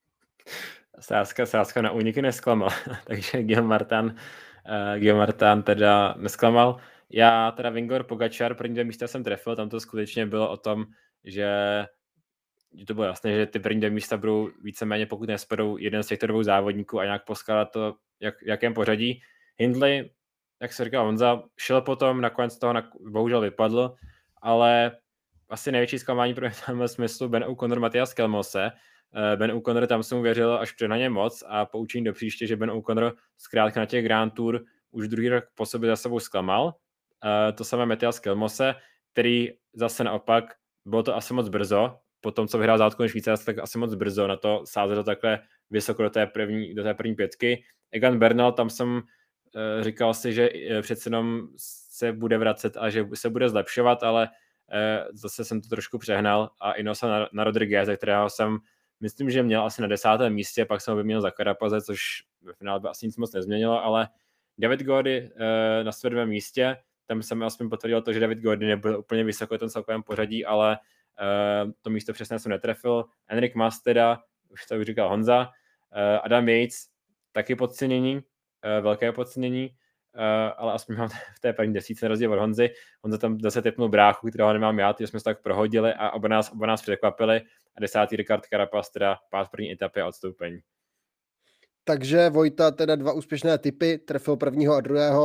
Sázka, sázka na úniky nesklamal, takže Guillaume Martin, uh, Guillaume Martin teda nesklamal. Já teda Vingegaard, Pogačar, první dvě místa jsem trefil, tam to skutečně bylo o tom, že, že to bylo jasné, že ty první dvě místa budou víceméně, pokud nespadou jeden z těchto dvou závodníků a nějak poskládat to, jak, jakém pořadí. Hindley, jak se říkal Honza, šel potom, nakonec toho na, bohužel vypadl, ale asi největší zklamání pro mě v tomhle smyslu Ben O'Connor, Matias Kelmose. Ben O'Connor, tam jsem mu věřil až přehnaně moc a poučení do příště, že Ben O'Connor zkrátka na těch Grand Tour už druhý rok po sobě za sebou zklamal. Uh, to samé Matias Kelmose, který zase naopak, bylo to asi moc brzo, po tom, co vyhrál závod Švýcarska, tak asi moc brzo na to sázet do takhle vysoko do té první, do té první pětky. Egan Bernal, tam jsem uh, říkal si, že uh, přece jenom se bude vracet a že se bude zlepšovat, ale uh, zase jsem to trošku přehnal a i nosil na, na Rodrigueze, kterého jsem myslím, že měl asi na desátém místě, pak jsem ho vyměnil za Carapaze, což ve finále by asi nic moc nezměnilo, ale David Gody uh, na svém druhém místě, tam jsem aspoň potvrdil to, že David Gody nebyl úplně vysoko v tom celkovém pořadí, ale uh, to místo přesně jsem netrefil. Enric Mas teda, už to už říkal Honza, uh, Adam Yates, taky podcenění, uh, velké podcenění, uh, ale aspoň mám v té první desítce na rozdíl od Honzy. Honza tam zase typnul bráchu, kterého nemám já, takže jsme se tak prohodili a oba nás, oba nás překvapili. A desátý Richard Carapaz teda pád první etapy a odstoupení. Takže Vojta teda dva úspěšné tipy, trefil prvního a druhého,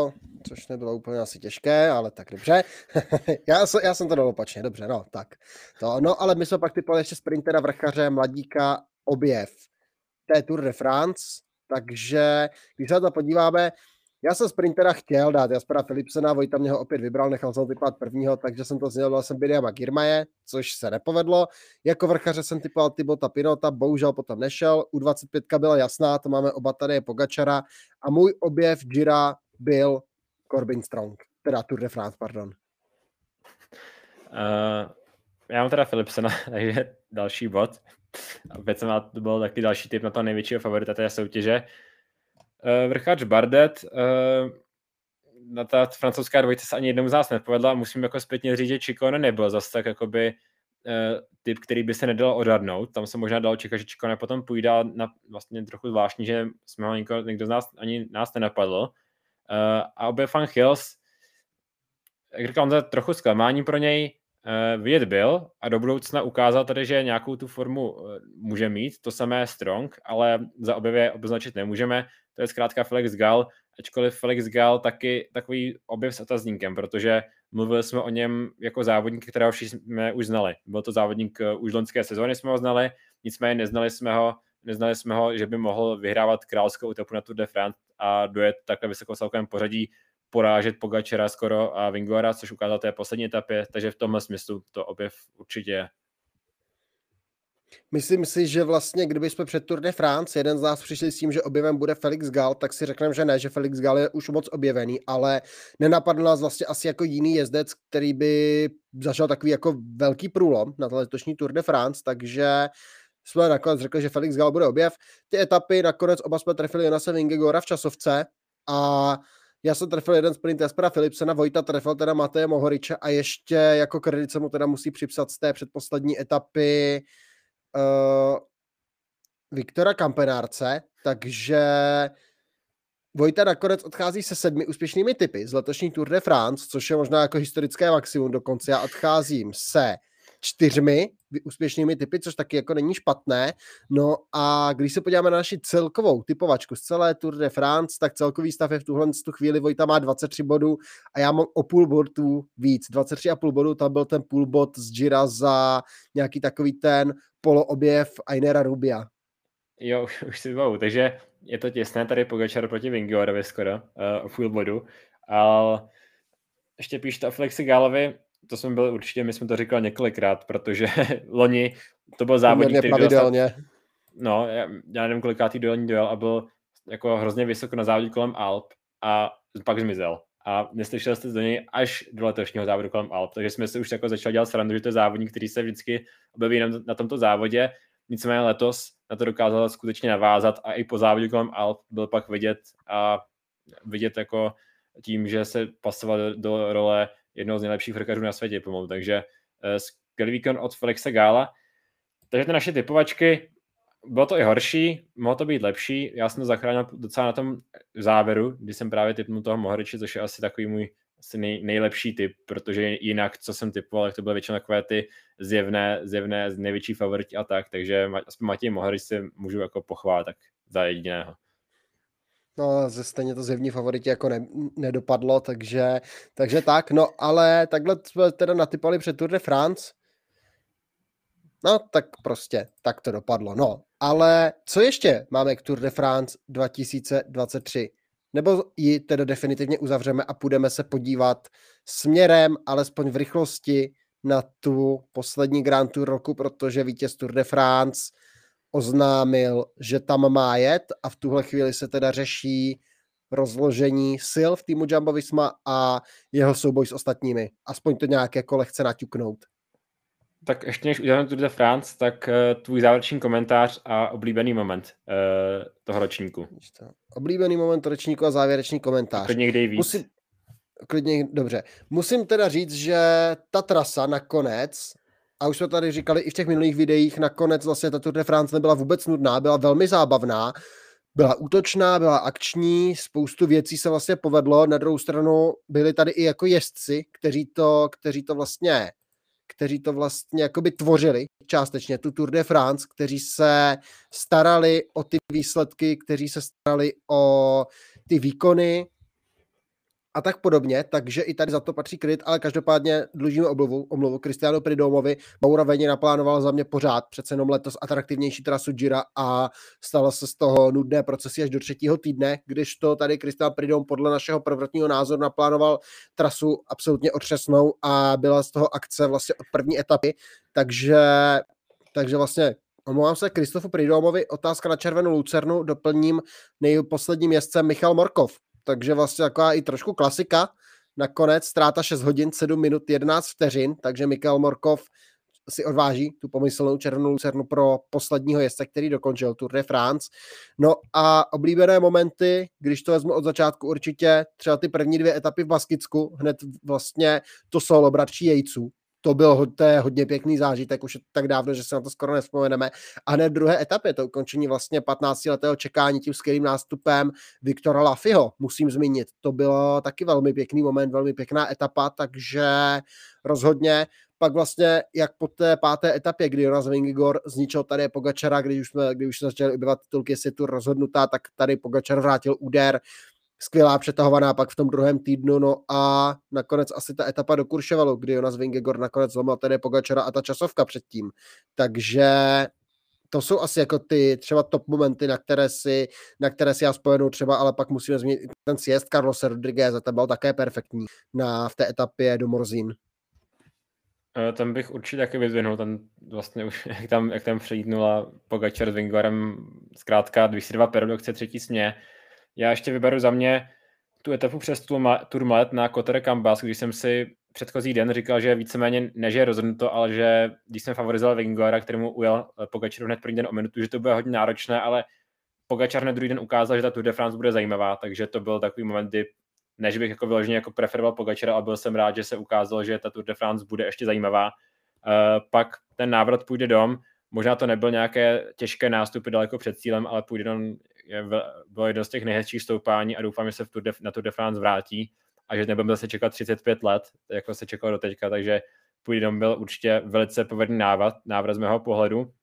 což nebylo úplně asi těžké, ale tak dobře. já, jsem, já jsem to dal opačně, dobře, no, tak. To, no, ale my jsme pak typovali ještě sprintera, vrchaře, mladíka, objev té Tour de France, takže když se na to podíváme, já jsem sprintera chtěl dát Jaspera Philipsena, Vojta mě ho opět vybral, nechal jsem typovat prvního, takže jsem to zněl, dal jsem Biriama Girmaje, což se nepovedlo. Jako vrchaře jsem typoval Thibauta Pinota, bohužel potom nešel. U dvacet pět byla jasná, to máme oba tady Pogačara a můj objev Gira byl Corbin Strong, teda Tour de France, pardon. Uh, já mám teda Philipsena, takže další bod. Opět jsem to byl taky další tip na to největšího favorita té soutěže. Uh, vrchač Bardet, uh, na ta francouzská dvojice se ani jednomu z nás nepovedla. Musím jako zpětně říct, že Ciccone nebyl zase tak jakoby uh, typ, který by se nedal odhadnout. Tam se možná dalo čekat, že Ciccone potom půjde na vlastně trochu zvláštní, že jsme ho nikdo, nikdo z nás ani nás nenapadl. Uh, a objev Van Gils, jak říkám, to je trochu zklamání pro něj. Uh, vidět byl a do budoucna ukázal tady, že nějakou tu formu uh, může mít, to samé Strong, ale za objevy označit nemůžeme. To je zkrátka Felix Gall, ačkoliv Felix Gall taky takový objev s otazníkem, protože mluvili jsme o něm jako závodník, kterého všichni jsme už znali. Byl to závodník uh, už loňské sezóny jsme ho znali, nicméně neznali jsme ho, neznali jsme ho, že by mohl vyhrávat královskou etapu na Tour de France a dojet takhle vysoko celkovém pořadí, porážet Pogačara skoro a Vingegaarda, což ukázal té poslední etapě, takže v tomhle smyslu to objev určitě je. Myslím si, že vlastně, kdybychom před Tour de France jeden z nás přišli s tím, že objevem bude Felix Gall, tak si řekneme, že ne, že Felix Gall je už moc objevený, ale nenapadl nás vlastně asi jako jiný jezdec, který by zašel takový jako velký průlom na letošní Tour de France, takže jsme nakonec řekli, že Felix Gall bude objev. Ty etapy nakonec oba jsme trefili Jonase Vingegaarda v časovce a já jsem trefil jeden sprint Jaspera Philipsena, Vojta trefil teda Mateje Mohoriče a ještě jako kredit se mu teda musí připsat z té předposlední etapy uh, Viktora Kampenárce, takže Vojta nakonec odchází se sedmi úspěšnými typy z letošní Tour de France, což je možná jako historické maximum dokonce. Já odcházím se čtyřmi úspěšnými typy, což taky jako není špatné. No a když se podíváme na naši celkovou typovačku z celé Tour de France, tak celkový stav je v tuhle tu chvíli Vojta má dvacet tři bodů a já mám o půl bodu víc. dvacet tři a půl bodu, tam byl ten půl bod z Gira za nějaký takový ten poloobjev Ainera Rubia. Jo, už, už si vybavu, takže je to těsné tady Pogačar proti Vingegaardovi skoro, uh, o půl bodu. Ale ještě píšte o Felixi Gallovi, to jsme byli určitě, my jsme to říkali několikrát, protože loni to byl závodník, který pravidelně. Dostal, no, já, já nevím, kolikátý dolní dojel a byl jako hrozně vysoko na závodě kolem Alp a pak zmizel. A neslyšel jste do něj až do letošního závodu kolem Alp, takže jsme se už jako začali dělat srandu, že to je závodník, který se vždycky objeví na, na tomto závodě. Nicméně letos na to dokázal skutečně navázat a i po závodě kolem Alp byl pak vidět a vidět jako tím, že se pasoval do, do role jednoho z nejlepších vrchařů na světě pomalu. Takže uh, skvělý výkon od Felixe Galla. Takže ty naše typovačky, bylo to i horší, mohlo to být lepší. Já jsem to zachránil docela na tom závěru, kdy jsem právě typnul toho Mohoriče, což je asi takový můj asi nej, nejlepší typ, protože jinak, co jsem typoval, tak to byly většinou takové ty zjevné, zjevné největší favoriti a tak, takže aspoň Matěj Mohorič si můžu jako pochválit tak za jediného. No, ze stejně to zjevní favoriti jako ne, nedopadlo, takže, takže tak, no, ale takhle jsme teda natypali před Tour de France. No, tak prostě, tak to dopadlo, no. Ale co ještě máme k Tour de France dva tisíce dvacet tři? Nebo ji teda definitivně uzavřeme a půjdeme se podívat směrem, alespoň v rychlosti, na tu poslední Grand Tour roku, protože vítěz Tour de France oznámil, že tam má jet a v tuhle chvíli se teda řeší rozložení sil v týmu Jumbo Visma a jeho souboj s ostatními. Aspoň to nějak jako lehce naťuknout. Tak ještě než uděláme Tour de France, tak uh, tvůj závěrečný komentář a oblíbený moment uh, toho ročníku. Oblíbený moment ročníku a závěrečný komentář. Klidně kde víc. Musím, klidně, dobře. Musím teda říct, že ta trasa nakonec, a už jsme tady říkali i v těch minulých videích, nakonec vlastně ta Tour de France nebyla vůbec nudná, byla velmi zábavná, byla útočná, byla akční, spoustu věcí se vlastně povedlo, na druhou stranu byli tady i jako jezdci, kteří to, kteří to vlastně kteří to vlastně jakoby tvořili částečně tu Tour de France, kteří se starali o ty výsledky, kteří se starali o ty výkony a tak podobně, takže i tady za to patří kredit, ale každopádně dlužíme omluvu, omluvu Cristiano Pridomovi. Maura Veni naplánoval za mě pořád přece jenom letos atraktivnější trasu Gira a stalo se z toho nudné procesy až do třetího týdne, když to tady Cristiano Pridom podle našeho prvotního názoru naplánoval trasu absolutně otřesnou a byla z toho akce vlastně od první etapy, takže, takže vlastně omlouvám se Kristofu Pridomovi, otázka na červenou lucernu, doplním nejposledním jezdcem Michal Morkov. Takže vlastně taková i trošku klasika. Nakonec ztráta šest hodin, sedm minut, jedenáct vteřin, takže Michal Morkov si odváží tu pomyslnou červenou lucernu pro posledního jezdce, který dokončil Tour de France. No a oblíbené momenty, když to vezmu od začátku určitě, třeba ty první dvě etapy v Baskicku, hned vlastně to solo bratří Jejců. To byl to je hodně pěkný zážitek, už je tak dávno, že se na to skoro nevzpomeneme. A hned v druhé etapě, to ukončení vlastně patnáctiletého čekání tím skvělým nástupem Viktora Lafyho, musím zmínit. To bylo taky velmi pěkný moment, velmi pěkná etapa, takže rozhodně pak vlastně, jak po té páté etapě, kdy Jonas Vingegaard zničil tady Pogačara, když už jsme, když už jsme začali objevovat titulky, jestli tu rozhodnutá, tak tady Pogačar vrátil úder, skvělá přetahovaná pak v tom druhém týdnu, no a nakonec asi ta etapa do Courchevellu, kdy Jonas Vingegaard nakonec zlomil tady Pogačara a ta časovka předtím. Takže to jsou asi jako ty třeba top momenty, na které si, na které si já vzpomenu třeba, ale pak musíme zmínit ten sjezd Carlose Rodrigueze, to byl také perfektní na, v té etapě do Morzín. Tam bych určitě taky vyzvihnul, ten vlastně už, jak tam, jak tam přejítnula Pogačar s Vingegaardem, zkrátka dvě dva paradoxe, třetí smě. Já ještě vyberu za mě tu etapu přes Tourmalet na Cotere Cambas, když jsem si předchozí den říkal, že víceméně než je rozhodnuto, ale že když jsem favorizoval Vingegaarda, kterému ujel Pogačar hned první den o minutu, že to bude hodně náročné, ale Pogačar hned druhý den ukázal, že ta Tour de France bude zajímavá, takže to byl takový moment, kdy než bych jako vyloženě jako preferoval Pogačara, ale byl jsem rád, že se ukázalo, že ta Tour de France bude ještě zajímavá. Uh, pak ten návrat půjde dom, možná to nebyl nějaké těžké nástupy daleko před cílem, ale půjde dom je, bylo jedno z těch nejhezčích stoupání a doufám, že se v Tour de, na Tour de France vrátí a že nebudeme zase čekat třicet pět let, jako se čekalo do teďka, takže půjde dom byl určitě velice povedený návrat, návrat z mého pohledu. Uh,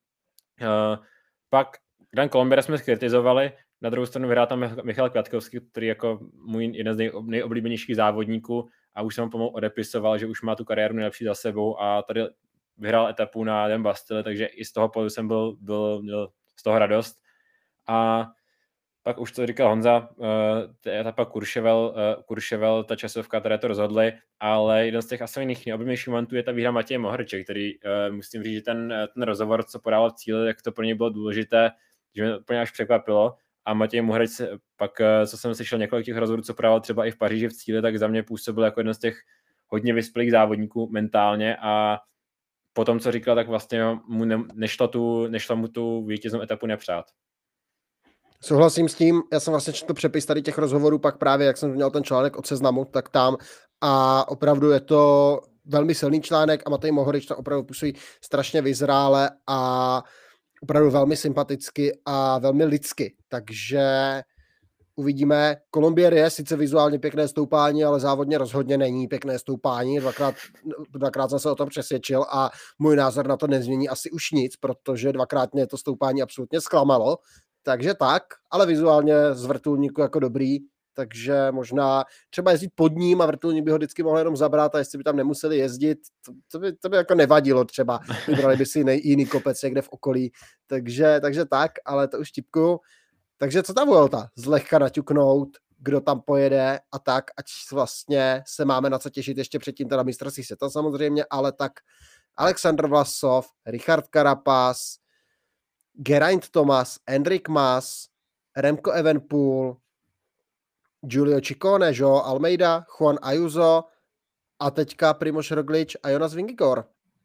pak Gran Colombia jsme skritizovali, na druhou stranu vyhrál tam Michal Kwiatkowski, který jako můj jeden z nej, nejoblíbenějších závodníků a už jsem ho pomalu odepisoval, že už má tu kariéru nejlepší za sebou a tady vyhrál etapu na Den Bastille, takže i z toho pohledu jsem byl, byl, byl z toho radost. A pak už to říkal Honza, uh, ta etapa Courchevel, uh, Courchevel, ta časovka, které to rozhodly, ale jeden z těch asi nejoblíbenějších momentů je ta výhra Matěje Mohrče, který uh, musím říct, že ten, ten rozhovor, co podával v cíli, jak to pro něj bylo důležité, že mě úplně až překvapilo. A Matěj Mohreč, pak, co jsem slyšel několik těch rozhovorů, co podával třeba i v Paříži v cíli, tak za mě působil jako jeden z těch hodně vyspělých závodníků mentálně a po tom, co říkal, tak vlastně mu ne, nešlo, tu, nešlo mu tu vítěznou etapu nepřát. Souhlasím s tím, já jsem vlastně četl přepis tady těch rozhovorů, pak právě, jak jsem měl ten článek od Seznamu, tak tam a opravdu je to velmi silný článek a Matej Mohorič tam opravdu působí strašně vyzrále a opravdu velmi sympaticky a velmi lidsky, takže uvidíme. Kolumbier je sice vizuálně pěkné stoupání, ale závodně rozhodně není pěkné stoupání. Dvakrát, dvakrát jsem se o tom přesvědčil a můj názor na to nezmění asi už nic, protože dvakrát mě to stoupání absolutně zklamalo. Takže tak, ale vizuálně z vrtulníku jako dobrý, takže možná třeba jezdit pod ním a vrtulník by ho vždycky mohl jenom zabrat a jestli by tam nemuseli jezdit, to, to, by, to by jako nevadilo třeba, vybrali by si nej, jiný kopec někde v okolí, takže, takže tak, ale to už tipku. Takže co ta Vuelta? Zlehka naťuknout, kdo tam pojede a tak, ať vlastně se máme na co těšit ještě předtím teda mistrovství světa samozřejmě, ale tak Alexander Vlasov, Richard Carapaz, Geraint Thomas, Enric Mas, Remco Evenepoel, Giulio Ciccone, Joao Almeida, Juan Ayuso a teďka Primož Roglič a Jonas Vingegaard.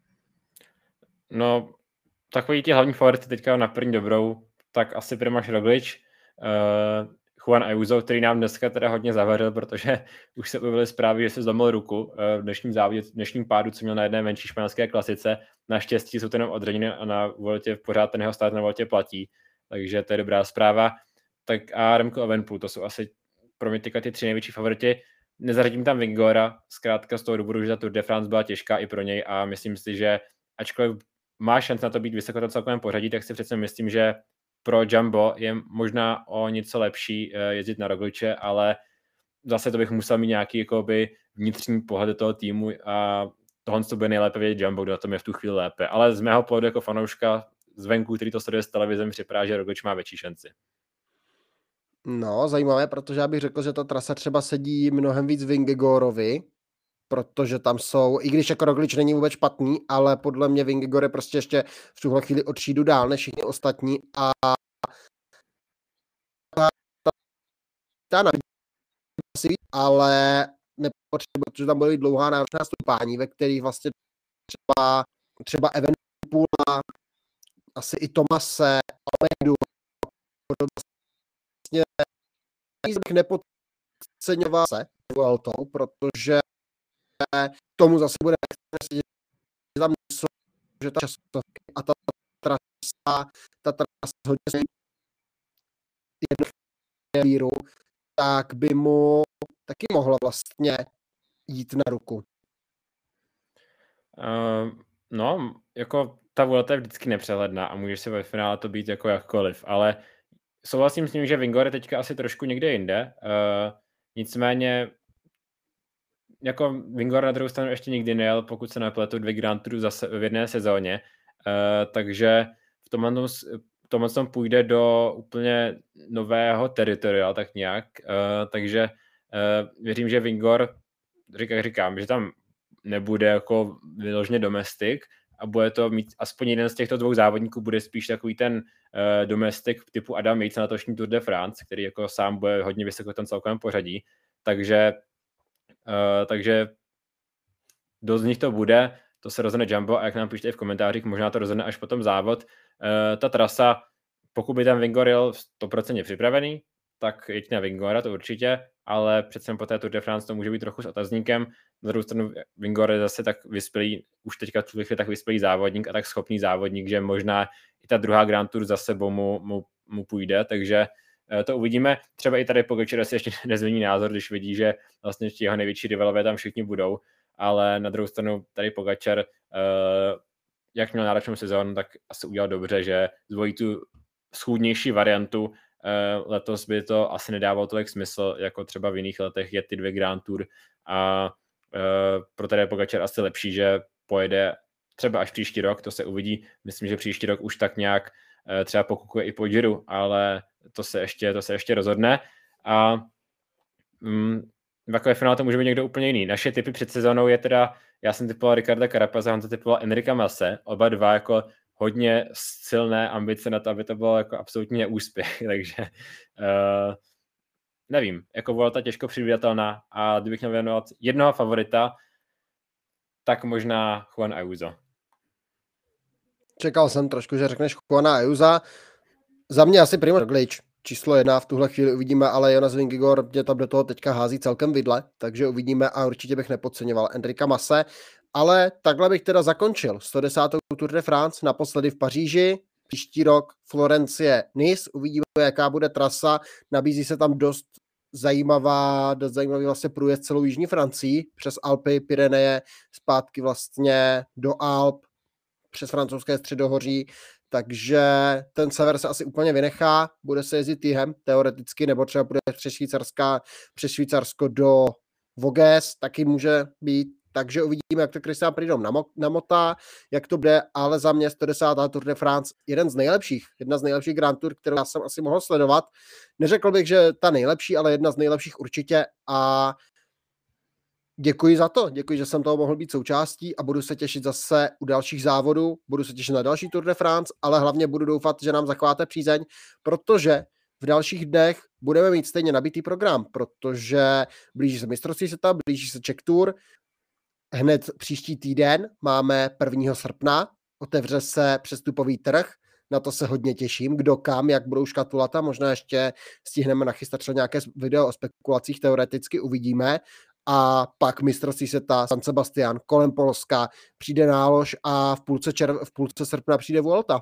No, takový ti hlavní favority teďka na první dobrou, tak asi Primož Roglič, uh, Juan Ayuso, který nám dneska teda hodně zavařil, protože už se objevily zprávy, že se zlomil ruku uh, v dnešním závodě, v dnešním pádu, co měl na jedné menší španělské klasice. Naštěstí jsou to jenom odřeněny a na Vueltě pořád ten jeho stát na Vueltě platí, takže to je dobrá zpráva. Tak a Remco Evenepoel, to jsou asi pro mě teďka ty tři největší favority. Nezařadím tam Vingegaarda, zkrátka z toho důvodu, že ta Tour de France byla těžká i pro něj a myslím si, že ačkoliv má šanci na to být vysoko na celkovém pořadí, tak si přece myslím, že pro Jumbo je možná o něco lepší jezdit na Rogliče, ale zase to bych musel mít nějaký jakoby, vnitřní pohled do toho týmu a tohle to bude nejlépe vědět Jumbo, kdo na tom je v tu chvíli lépe. Ale z mého pohledu jako fanouška zvenku, který to sleduje s televizem, připadá, že Roglič má větší šanci. No, zajímavé, protože já bych řekl, že ta trasa třeba sedí mnohem víc Vingegorovi, protože tam jsou, i když jako Roglič není vůbec špatný, ale podle mě Vingegor je prostě ještě v tuhle chvíli o třídu dál než všichni ostatní a ta nabídí, ale nepotřebuje, protože tam bude dlouhá náročná stupání, ve kterých vlastně třeba, třeba Evenepoela, asi i Tomase, Almeidu, vlastně nepodceňoval se Vueltou, protože tomu zase bude že tam jsou, že ta časovky a ta trasa, ta trasa hodně jednou tak by mu taky mohla vlastně jít na ruku. Uh, no, jako ta Vuelta je vždycky nepřehledná a může se ve finále to být jako jakkoliv, ale souhlasím s tím, že Vingegaard je teďka asi trošku někde jinde, uh, nicméně jako Vingegaard na druhou stranu ještě nikdy nejel, pokud se nepletu, dvě Grand Tours zase v jedné sezóně, uh, takže v tomhle, v tomhle tom půjde do úplně nového teritoria, tak nějak, uh, takže uh, věřím, že Vingegaard, říkám, říkám, že tam nebude jako vyloženě domestik a bude to mít aspoň jeden z těchto dvou závodníků bude spíš takový ten uh, domestik typu Adam Yates na letošní Tour de France, který jako sám bude hodně vysoko v tom celkovém pořadí, takže uh, takže dost z nich to bude, to se rozhodne Jumbo a jak nám píšte i v komentářích, možná to rozhodne až potom závod. Uh, ta trasa, pokud by tam Vingegaard jel sto procent připravený, tak jeď na Vingegaarda, to určitě, ale přece po té Tour de France to může být trochu s otazníkem. Na druhou stranu Vingegaard je zase tak vyspělý, už teďka je tak vyspělý závodník a tak schopný závodník, že možná i ta druhá Grand Tour za sebou mu, mu, mu půjde, takže to uvidíme. Třeba i tady Pogačar si ještě nezmění názor, když vidí, že vlastně jeho největší rivalové tam všichni budou, ale na druhou stranu tady Pogačar, jak měl náročnou sezónu, tak asi udělal dobře, že zvolí tu schůdnější variantu. Letos by to asi nedávalo tolik smysl, jako třeba v jiných letech je ty dvě Grand Tour a pro tady Pogačar asi lepší, že pojede třeba až příští rok, to se uvidí. Myslím, že příští rok už tak nějak třeba pokukuje i po Giro, ale to se ještě, to se ještě rozhodne. A mm, v takové finále to může být někdo úplně jiný. Naše typy před sezónou je teda, já jsem typoval Ricarda Carapaza, on to typoval Enrika Mase, oba dva jako hodně silné ambice na to, aby to bylo jako absolutní neúspěch, takže uh, nevím, jako Vuelta těžko předvídatelná a kdybych měl věnovat jednoho favorita, tak možná Juan Ayuso. Čekal jsem trošku, že řekneš Juana Ayusa. Za mě asi Primož Roglič, číslo jedna v tuhle chvíli uvidíme, ale Jonas Vingegaard mě tam do toho teďka hází celkem vidle, takže uvidíme a určitě bych nepodceňoval Enrika Mase, ale takhle bych teda zakončil sto desátou Tour de France, naposledy v Paříži, příští rok Florencie Nice, uvidíme, jaká bude trasa, nabízí se tam dost zajímavá, dost zajímavý vlastně průjezd celou jižní Francii, přes Alpy, Pyreneje, zpátky vlastně do Alp, přes francouzské středohoří, takže ten sever se asi úplně vynechá, bude se jezdit Tihem teoreticky, nebo třeba bude přes, Švýcarská, přes Švýcarsko do Vogés, taky může být, takže uvidíme, jak to Christian Prudhomme namotá, jak to bude, ale za mě sto desátá Tour de France, jeden z nejlepších, jedna z nejlepších Grand Tour, kterou já jsem asi mohl sledovat. Neřekl bych, že ta nejlepší, ale jedna z nejlepších určitě a děkuji za to, děkuji, že jsem toho mohl být součástí a budu se těšit zase u dalších závodů, budu se těšit na další Tour de France, ale hlavně budu doufat, že nám zachováte přízeň, protože v dalších dnech budeme mít stejně nabitý program, protože blíží se mistrovství světa, blíží se Czech Tour, hned příští týden máme prvního srpna, otevře se přestupový trh, na to se hodně těším, kdo kam, jak budou škatulata, možná ještě stihneme nachystat třeba nějaké video o spekulacích, teoreticky uvidíme. A pak mistrovství světa San Sebastian kolem Polska, přijde nálož a v půlce, červ- v půlce srpna přijde Vuelta.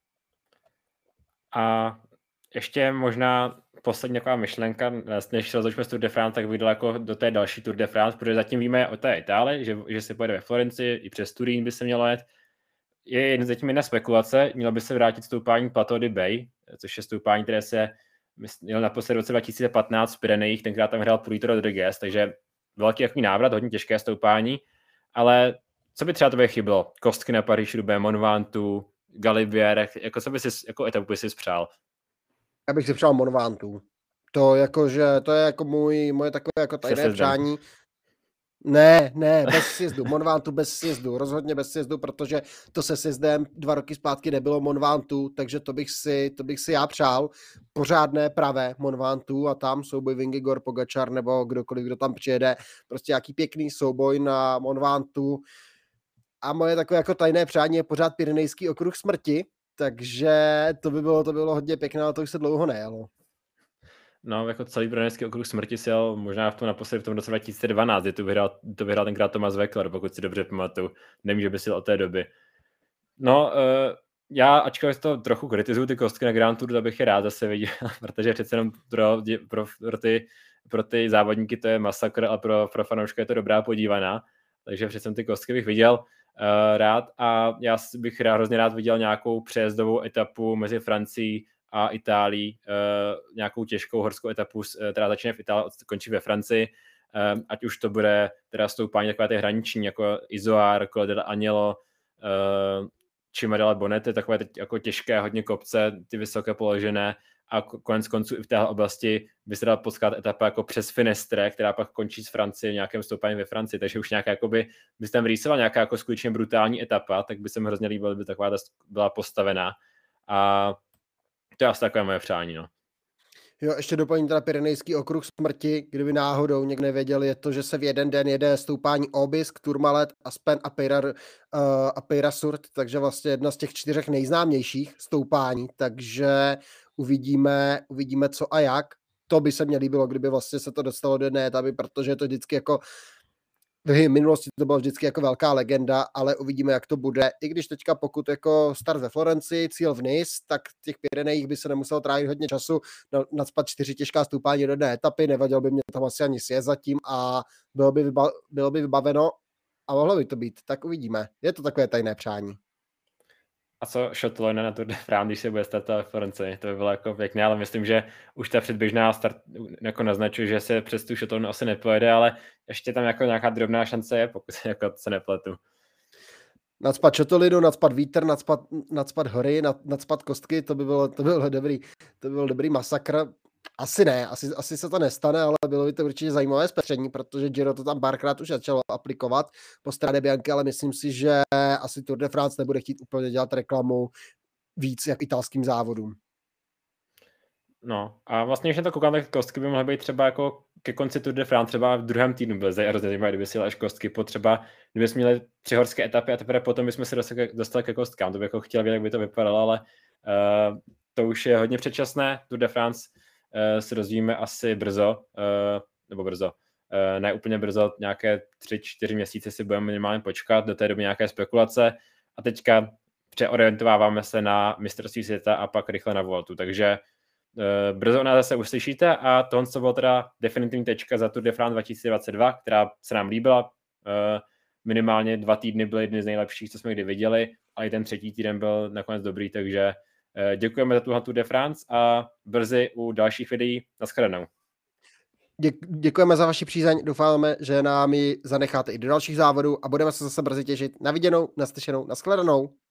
A ještě možná poslední taková myšlenka, než se rozloučíme z Tour de France, tak bych dal jako do té další Tour de France, protože zatím víme o té Itálii, že, že se pojede ve Florencii, i přes Turín by se mělo jet. Je zatím jedna spekulace, mělo by se vrátit stoupání Plateau de Bay, což je stoupání, které se Měl naposledy v roce dva tisíce patnáct v Pyrenejích, tenkrát tam hrál Purito Rodriguez, takže velký jaký návrat, hodně těžké stoupání, ale co by třeba tobě chybilo? Kostky na Paríž-Roubaix, Mont Ventoux, Galibier, jako co by si, jako etapu by si spřál? Já bych si přál Mont Ventoux. To jakože, to je jako můj, moje takové jako tajné přání. Ne, ne, bez sjezdu. Mont Ventoux bez sjezdu, rozhodně bez sjezdu, protože to se sjezdem dva roky zpátky nebylo Mont Ventoux, takže to bych si, to bych si já přál. Pořádné pravé Mont Ventoux a tam souboj Vingegaard, Pogačar nebo kdokoliv, kdo tam přijede. Prostě nějaký pěkný souboj na Mont Ventoux. A moje takové jako tajné přání je pořád Pyrenejský okruh smrti, takže to by bylo, to bylo hodně pěkné, ale to už se dlouho nejelo. No, jako celý Pyrenejský okruh smrti si jel možná v tom naposledy v tom roce dva tisíce dvanáct, kdy to vyhrál, to vyhrál tenkrát Thomas Weckler, pokud si dobře pamatuju. Nevím, že by si jel od té doby. No, uh, já, ačkoliv to trochu kritizuju ty kostky na Grand Tour, to bych je rád zase viděl, protože přece jenom pro, pro, pro, ty, pro ty závodníky to je masakr a pro, pro fanoušky je to dobrá podívaná. Takže přece ty kostky bych viděl uh, rád a já bych rád, hrozně rád viděl nějakou přejezdovou etapu mezi Francií a Itálií, uh, nějakou těžkou horskou etapu, která začne v Itálii, končí ve Francii, uh, ať už to bude teda stoupání takové ty hraniční, jako Izoard, Colle dell'Agnello, uh, Cimadella Bonete, takové teď jako těžké, hodně kopce, ty vysoké položené a konec konců i v téhle oblasti by se dala potkat etapa jako přes Finestre, která pak končí s Francii v nějakém stoupání ve Francii, takže už nějaká, jakoby, by se tam rýsovala nějaká jako skutečně brutální etapa, tak by se mi hrozně líbilo, kdyby taková byla postavená. A to je asi takové moje přání, no. Jo, ještě doplním teda Pyrenejský okruh smrti, kdyby náhodou někdo nevěděl, je to, že se v jeden den jede stoupání Obisk, Tourmalet, Aspen a Peyra, uh, a Peyrasourt, takže vlastně jedna z těch čtyřech nejznámějších stoupání, takže uvidíme, uvidíme co a jak. To by se mně líbilo, kdyby vlastně se to dostalo do jedné etapy, protože je to vždycky jako v minulosti to byla vždycky jako velká legenda, ale uvidíme, jak to bude. I když teďka pokud jako start ve Florencii, cíl v Nice, tak v těch Pyrenejích by se nemuselo trávit hodně času nacpat čtyři těžká stoupání do jedné etapy, nevadil by mě tam asi ani sjezd zatím a bylo by, vyba, bylo by vybaveno a mohlo by to být, tak uvidíme. Je to takové tajné přání. A co Châtillon na Tour de France, když se bude startovat v Florencii, to by bylo jako pěkné, ale myslím, že už ta předběžná start jako naznačuje, že se přes tu Châtillon asi nepojede, ale ještě tam jako nějaká drobná šance je, pokud se, jako se nepletu. Nacpat Châtillonu, nacpat vítr, nacpat, nacpat hory, nacpat kostky, to by bylo, to by bylo dobrý, to by byl dobrý masakr. Asi ne, asi, asi se to nestane, ale bylo by to určitě zajímavé zpestření, protože Giro to tam párkrát už začalo aplikovat po Strade Bianche, ale myslím si, že asi Tour de France nebude chtít úplně dělat reklamu víc jak italským závodům. No a vlastně, když na to koukám, tak kostky by mohly být třeba jako ke konci Tour de France, třeba v druhém týdnu byl hrozně zajímavé, kdyby si jel až kostky po třeba, kdyby jsme měli tři horské etapy a teprve potom bychom se dostali, dostali ke kostkám. To bych jako chtěl vědět, jak by to vypadalo, ale uh, to už je hodně předčasné. Tour de France uh, se dozvíme asi brzo, uh, nebo brzo, uh, ne úplně brzo, nějaké tři, čtyři měsíce si budeme minimálně počkat, do té doby nějaké spekulace a teďka přeorientováváme se na mistrovství světa a pak rychle na Vueltu, takže Uh, brzo nás zase uslyšíte a tohle to bylo teda definitivní tečka za Tour de France dva tisíce dvacet dva, která se nám líbila. Uh, minimálně dva týdny byly jedny z nejlepších, co jsme kdy viděli, ale i ten třetí týden byl nakonec dobrý, takže uh, děkujeme za tuhle Tour de France a brzy u dalších videí. Naschledanou. Děkujeme za vaši přízeň, doufáme, že nám ji zanecháte i do dalších závodů a budeme se zase brzy těšit. Na viděnou, naslyšenou, naschledanou.